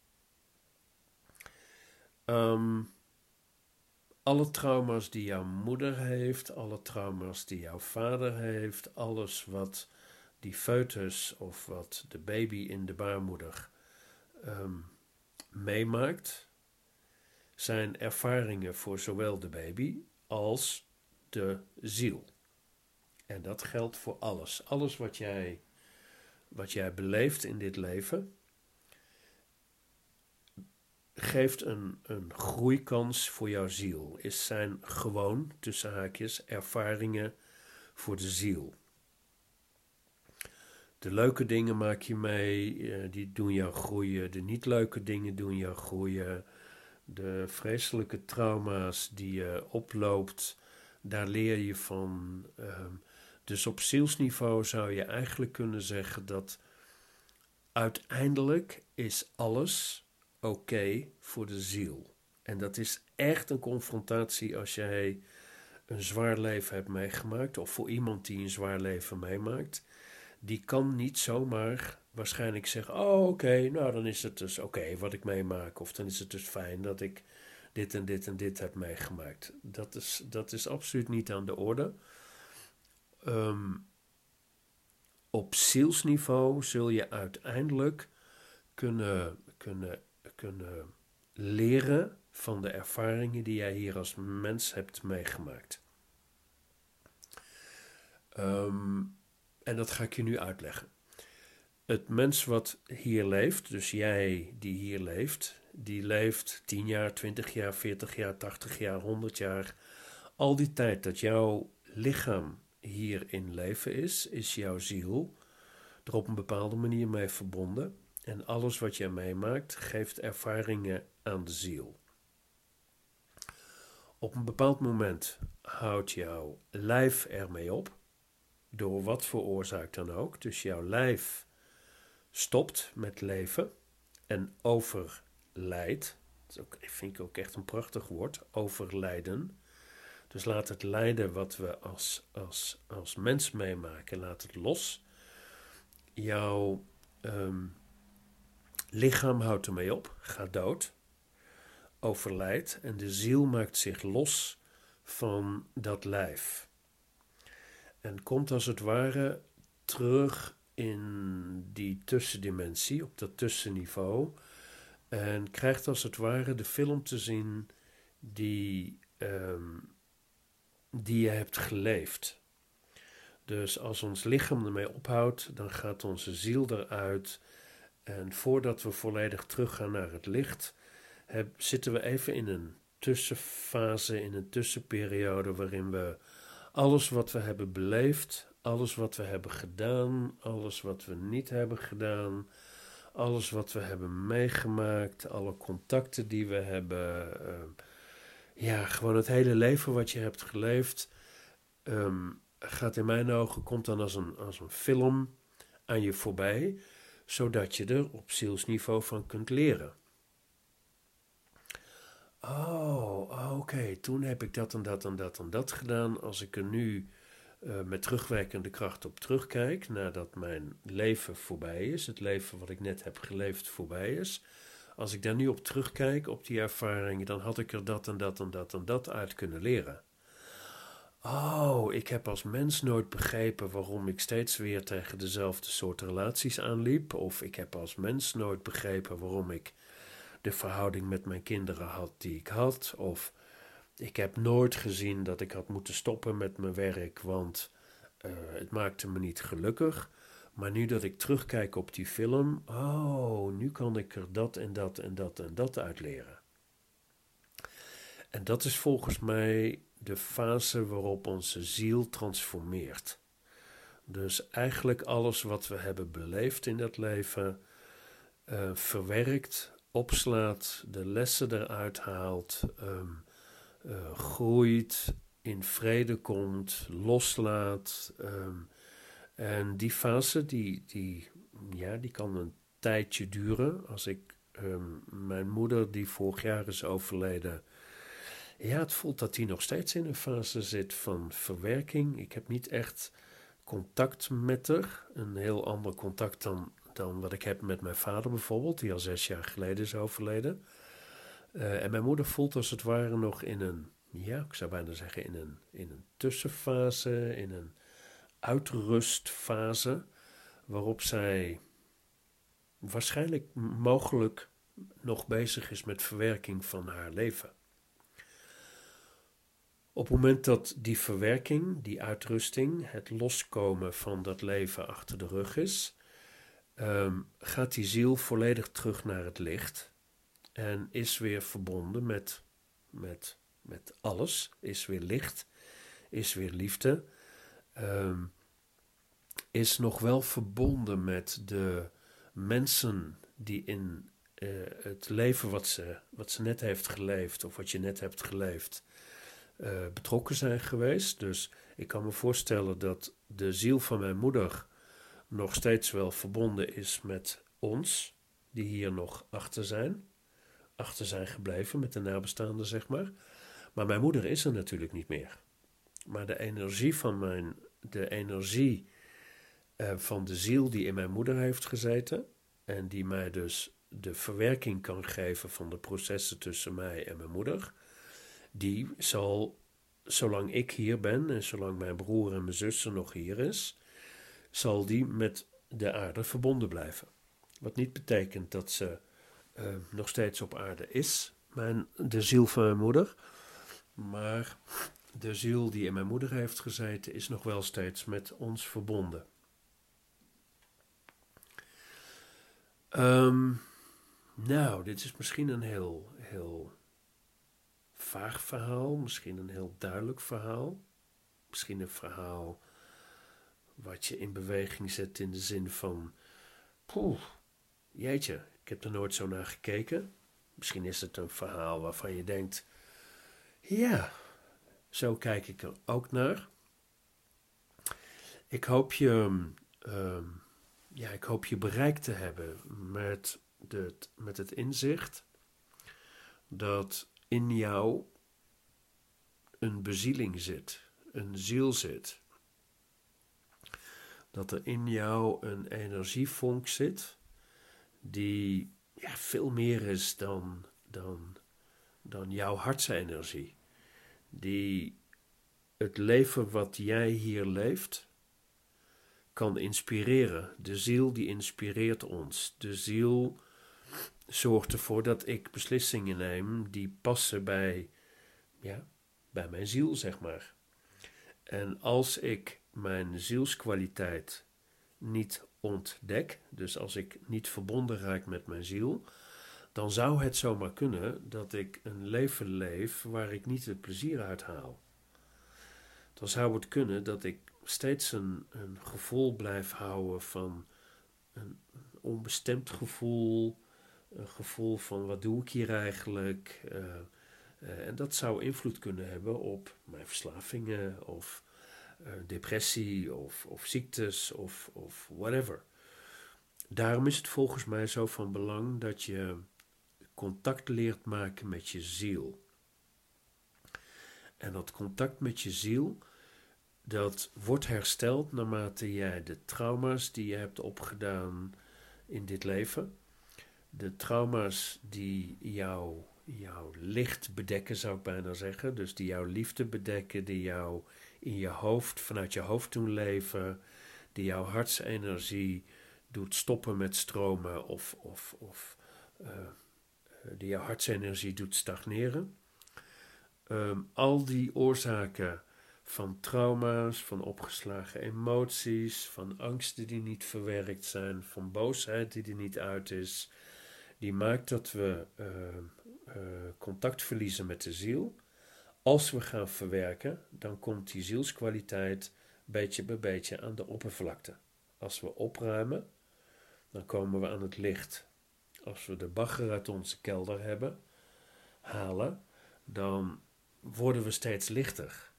Um, alle trauma's die jouw moeder heeft, alle trauma's die jouw vader heeft, alles wat die foetus of wat de baby in de baarmoeder um, meemaakt, zijn ervaringen voor zowel de baby als de ziel. En dat geldt voor alles. Alles wat jij, wat jij beleeft in dit leven, geeft een, een groeikans voor jouw ziel. Is zijn gewoon, tussen haakjes, ervaringen voor de ziel. De leuke dingen maak je mee, die doen jou groeien. De niet leuke dingen doen jou groeien. De vreselijke trauma's die je oploopt, daar leer je van. Dus op zielsniveau zou je eigenlijk kunnen zeggen dat uiteindelijk is alles oké voor de ziel. En dat is echt een confrontatie als jij een zwaar leven hebt meegemaakt, of voor iemand die een zwaar leven meemaakt. Die kan niet zomaar waarschijnlijk zeggen, oh oké, okay, nou dan is het dus oké okay wat ik meemaak. Of dan is het dus fijn dat ik dit en dit en dit heb meegemaakt. Dat is, dat is absoluut niet aan de orde. Um, op zielsniveau zul je uiteindelijk kunnen, kunnen, kunnen leren van de ervaringen die jij hier als mens hebt meegemaakt. Um, en dat ga ik je nu uitleggen. Het mens wat hier leeft, dus jij die hier leeft, die leeft tien jaar, twintig jaar, veertig jaar, tachtig jaar, honderd jaar. Al die tijd dat jouw lichaam hier in leven is, is jouw ziel er op een bepaalde manier mee verbonden. En alles wat jij meemaakt, geeft ervaringen aan de ziel. Op een bepaald moment houdt jouw lijf ermee op, door wat voor oorzaak dan ook. Dus jouw lijf stopt met leven en overlijdt. Dat is ook, vind ik ook echt een prachtig woord, overlijden. Dus laat het lijden wat we als, als, als mens meemaken, laat het los. Jouw um, lichaam houdt ermee op, gaat dood, overlijdt en de ziel maakt zich los van dat lijf. En komt als het ware terug in die tussendimensie, op dat tussenniveau. En krijgt als het ware de film te zien die, um, die je hebt geleefd. Dus als ons lichaam ermee ophoudt, dan gaat onze ziel eruit. En voordat we volledig teruggaan naar het licht, heb, zitten we even in een tussenfase, in een tussenperiode waarin we alles wat we hebben beleefd, alles wat we hebben gedaan, alles wat we niet hebben gedaan, alles wat we hebben meegemaakt, alle contacten die we hebben, uh, ja, gewoon het hele leven wat je hebt geleefd, um, gaat in mijn ogen, komt dan als een, als een film aan je voorbij, zodat je er op zielsniveau van kunt leren. Oh, oké, okay. Toen heb ik dat en dat en dat en dat gedaan. Als ik er nu uh, met terugwerkende kracht op terugkijk, nadat mijn leven voorbij is, het leven wat ik net heb geleefd voorbij is, als ik daar nu op terugkijk, op die ervaringen, dan had ik er dat en dat en dat en dat uit kunnen leren. Oh, ik heb als mens nooit begrepen waarom ik steeds weer tegen dezelfde soort relaties aanliep. Of ik heb als mens nooit begrepen waarom ik de verhouding met mijn kinderen had die ik had. Of ik heb nooit gezien dat ik had moeten stoppen met mijn werk, want uh, het maakte me niet gelukkig. Maar nu dat ik terugkijk op die film, oh, nu kan ik er dat en dat en dat en dat uit leren. En dat is volgens mij de fase waarop onze ziel transformeert. Dus eigenlijk alles wat we hebben beleefd in dat leven, uh, verwerkt, opslaat, de lessen eruit haalt, um, uh, groeit, in vrede komt, loslaat. Um, en die fase, die, die, ja, die kan een tijdje duren. Als ik um, mijn moeder, die vorig jaar is overleden, ja, het voelt dat hij nog steeds in een fase zit van verwerking. Ik heb niet echt contact met haar. Een heel ander contact dan, dan wat ik heb met mijn vader bijvoorbeeld, die al zes jaar geleden is overleden. Uh, en mijn moeder voelt als het ware nog in een, ja, ik zou bijna zeggen, in een, in een tussenfase, in een uitrustfase, waarop zij waarschijnlijk mogelijk nog bezig is met verwerking van haar leven. Op het moment dat die verwerking, die uitrusting, het loskomen van dat leven achter de rug is, um, gaat die ziel volledig terug naar het licht en is weer verbonden met, met, met alles, is weer licht, is weer liefde, um, is nog wel verbonden met de mensen die in uh, het leven wat ze, wat ze net heeft geleefd of wat je net hebt geleefd, Uh, betrokken zijn geweest. Dus ik kan me voorstellen dat de ziel van mijn moeder nog steeds wel verbonden is met ons, die hier nog achter zijn, achter zijn gebleven met de nabestaanden, zeg maar. Maar mijn moeder is er natuurlijk niet meer. Maar de energie van mijn, de energie uh, van de ziel die in mijn moeder heeft gezeten en die mij dus de verwerking kan geven van de processen tussen mij en mijn moeder, die zal, zolang ik hier ben en zolang mijn broer en mijn zuster nog hier is, zal die met de aarde verbonden blijven. Wat niet betekent dat ze uh, nog steeds op aarde is, mijn, de ziel van mijn moeder, maar de ziel die in mijn moeder heeft gezeten is nog wel steeds met ons verbonden. Um, nou, dit is misschien een heel, heel vaag verhaal, misschien een heel duidelijk verhaal, misschien een verhaal wat je in beweging zet in de zin van, poeh, jeetje, ik heb er nooit zo naar gekeken. Misschien is het een verhaal waarvan je denkt, ja, zo kijk ik er ook naar. Ik hoop je, um, ja, ik hoop je bereikt te hebben met, de, met het inzicht dat in jou een bezieling zit, een ziel zit. Dat er in jou een energievonk zit die ja, veel meer is dan, dan, dan jouw hartsenergie. Die het leven wat jij hier leeft kan inspireren. De ziel die inspireert ons. De ziel zorgt ervoor dat ik beslissingen neem die passen bij, ja, bij mijn ziel, zeg maar. En als ik mijn zielskwaliteit niet ontdek, dus als ik niet verbonden raak met mijn ziel, dan zou het zomaar kunnen dat ik een leven leef waar ik niet het plezier uit haal. Dan zou het kunnen dat ik steeds een, een gevoel blijf houden van een onbestemd gevoel, een gevoel van wat doe ik hier eigenlijk. Uh, uh, en dat zou invloed kunnen hebben op mijn verslavingen of uh, depressie of, of ziektes of, of whatever. Daarom is het volgens mij zo van belang dat je contact leert maken met je ziel. En dat contact met je ziel, dat wordt hersteld naarmate jij de trauma's die je hebt opgedaan in dit leven, de trauma's die jou, jouw licht bedekken, zou ik bijna zeggen, dus die jouw liefde bedekken, die jou in je hoofd, vanuit je hoofd doen leven, die jouw hartsenergie doet stoppen met stromen of, of, of uh, die jouw hartsenergie doet stagneren. Um, al die oorzaken van trauma's, van opgeslagen emoties, van angsten die niet verwerkt zijn, van boosheid die er niet uit is, die maakt dat we uh, uh, contact verliezen met de ziel. Als we gaan verwerken, dan komt die zielskwaliteit beetje bij beetje aan de oppervlakte. Als we opruimen, dan komen we aan het licht. Als we de bagger uit onze kelder hebben, halen, dan worden we steeds lichter.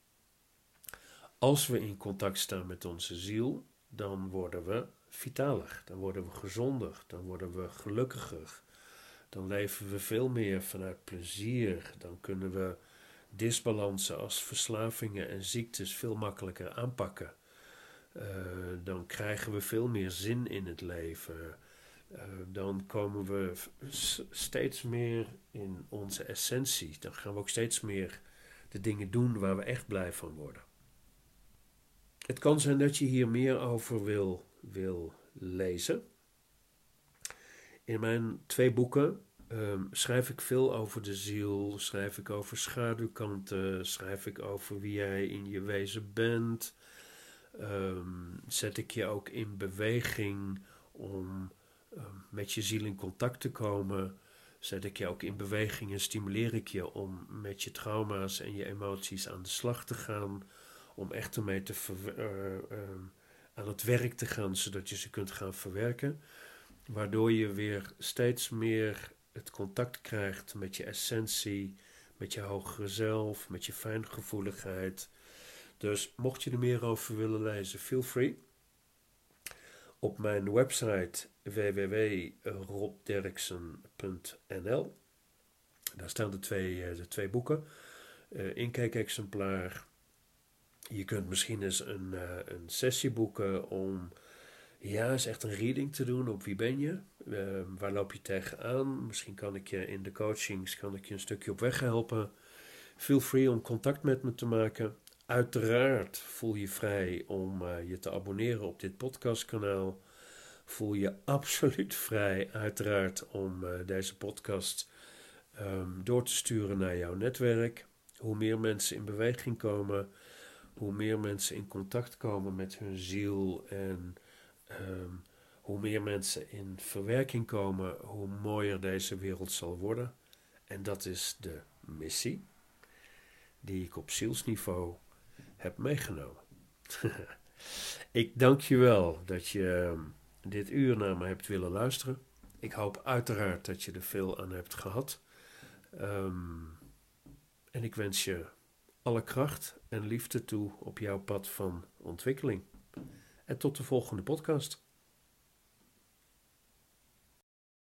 Als we in contact staan met onze ziel, dan worden we vitaler, dan worden we gezonder, dan worden we gelukkiger. Dan leven we veel meer vanuit plezier, dan kunnen we disbalansen als verslavingen en ziektes veel makkelijker aanpakken. Uh, dan krijgen we veel meer zin in het leven. Uh, dan komen we s- steeds meer in onze essentie. Dan gaan we ook steeds meer de dingen doen waar we echt blij van worden. Het kan zijn dat je hier meer over wil, wil lezen. In mijn twee boeken um, schrijf ik veel over de ziel, schrijf ik over schaduwkanten, schrijf ik over wie jij in je wezen bent. Um, zet ik je ook in beweging om um, met je ziel in contact te komen. Zet ik je ook in beweging en stimuleer ik je om met je trauma's en je emoties aan de slag te gaan. Om echt ermee te ver, uh, uh, aan het werk te gaan, zodat je ze kunt gaan verwerken. Waardoor je weer steeds meer het contact krijgt met je essentie, met je hogere zelf, met je fijngevoeligheid. Dus mocht je er meer over willen lezen, feel free. Op mijn website w w w punt rob derksen punt n l. Daar staan de twee, de twee boeken. Uh, inkijkexemplaar. Je kunt misschien eens een, uh, een sessie boeken om ja, eens echt een reading te doen op wie ben je. Uh, waar loop je tegenaan? Misschien kan ik je in de coachings kan ik je een stukje op weg helpen. Feel free om contact met me te maken. Uiteraard voel je vrij om uh, je te abonneren op dit podcastkanaal. Voel je absoluut vrij, uiteraard, om uh, deze podcast um, door te sturen naar jouw netwerk. Hoe meer mensen in beweging komen, hoe meer mensen in contact komen met hun ziel en um, hoe meer mensen in verwerking komen, hoe mooier deze wereld zal worden. En dat is de missie die ik op zielsniveau heb meegenomen. Ik dank je wel dat je dit uur naar me hebt willen luisteren. Ik hoop uiteraard dat je er veel aan hebt gehad. Um, en ik wens je alle kracht en liefde toe op jouw pad van ontwikkeling. En tot de volgende podcast.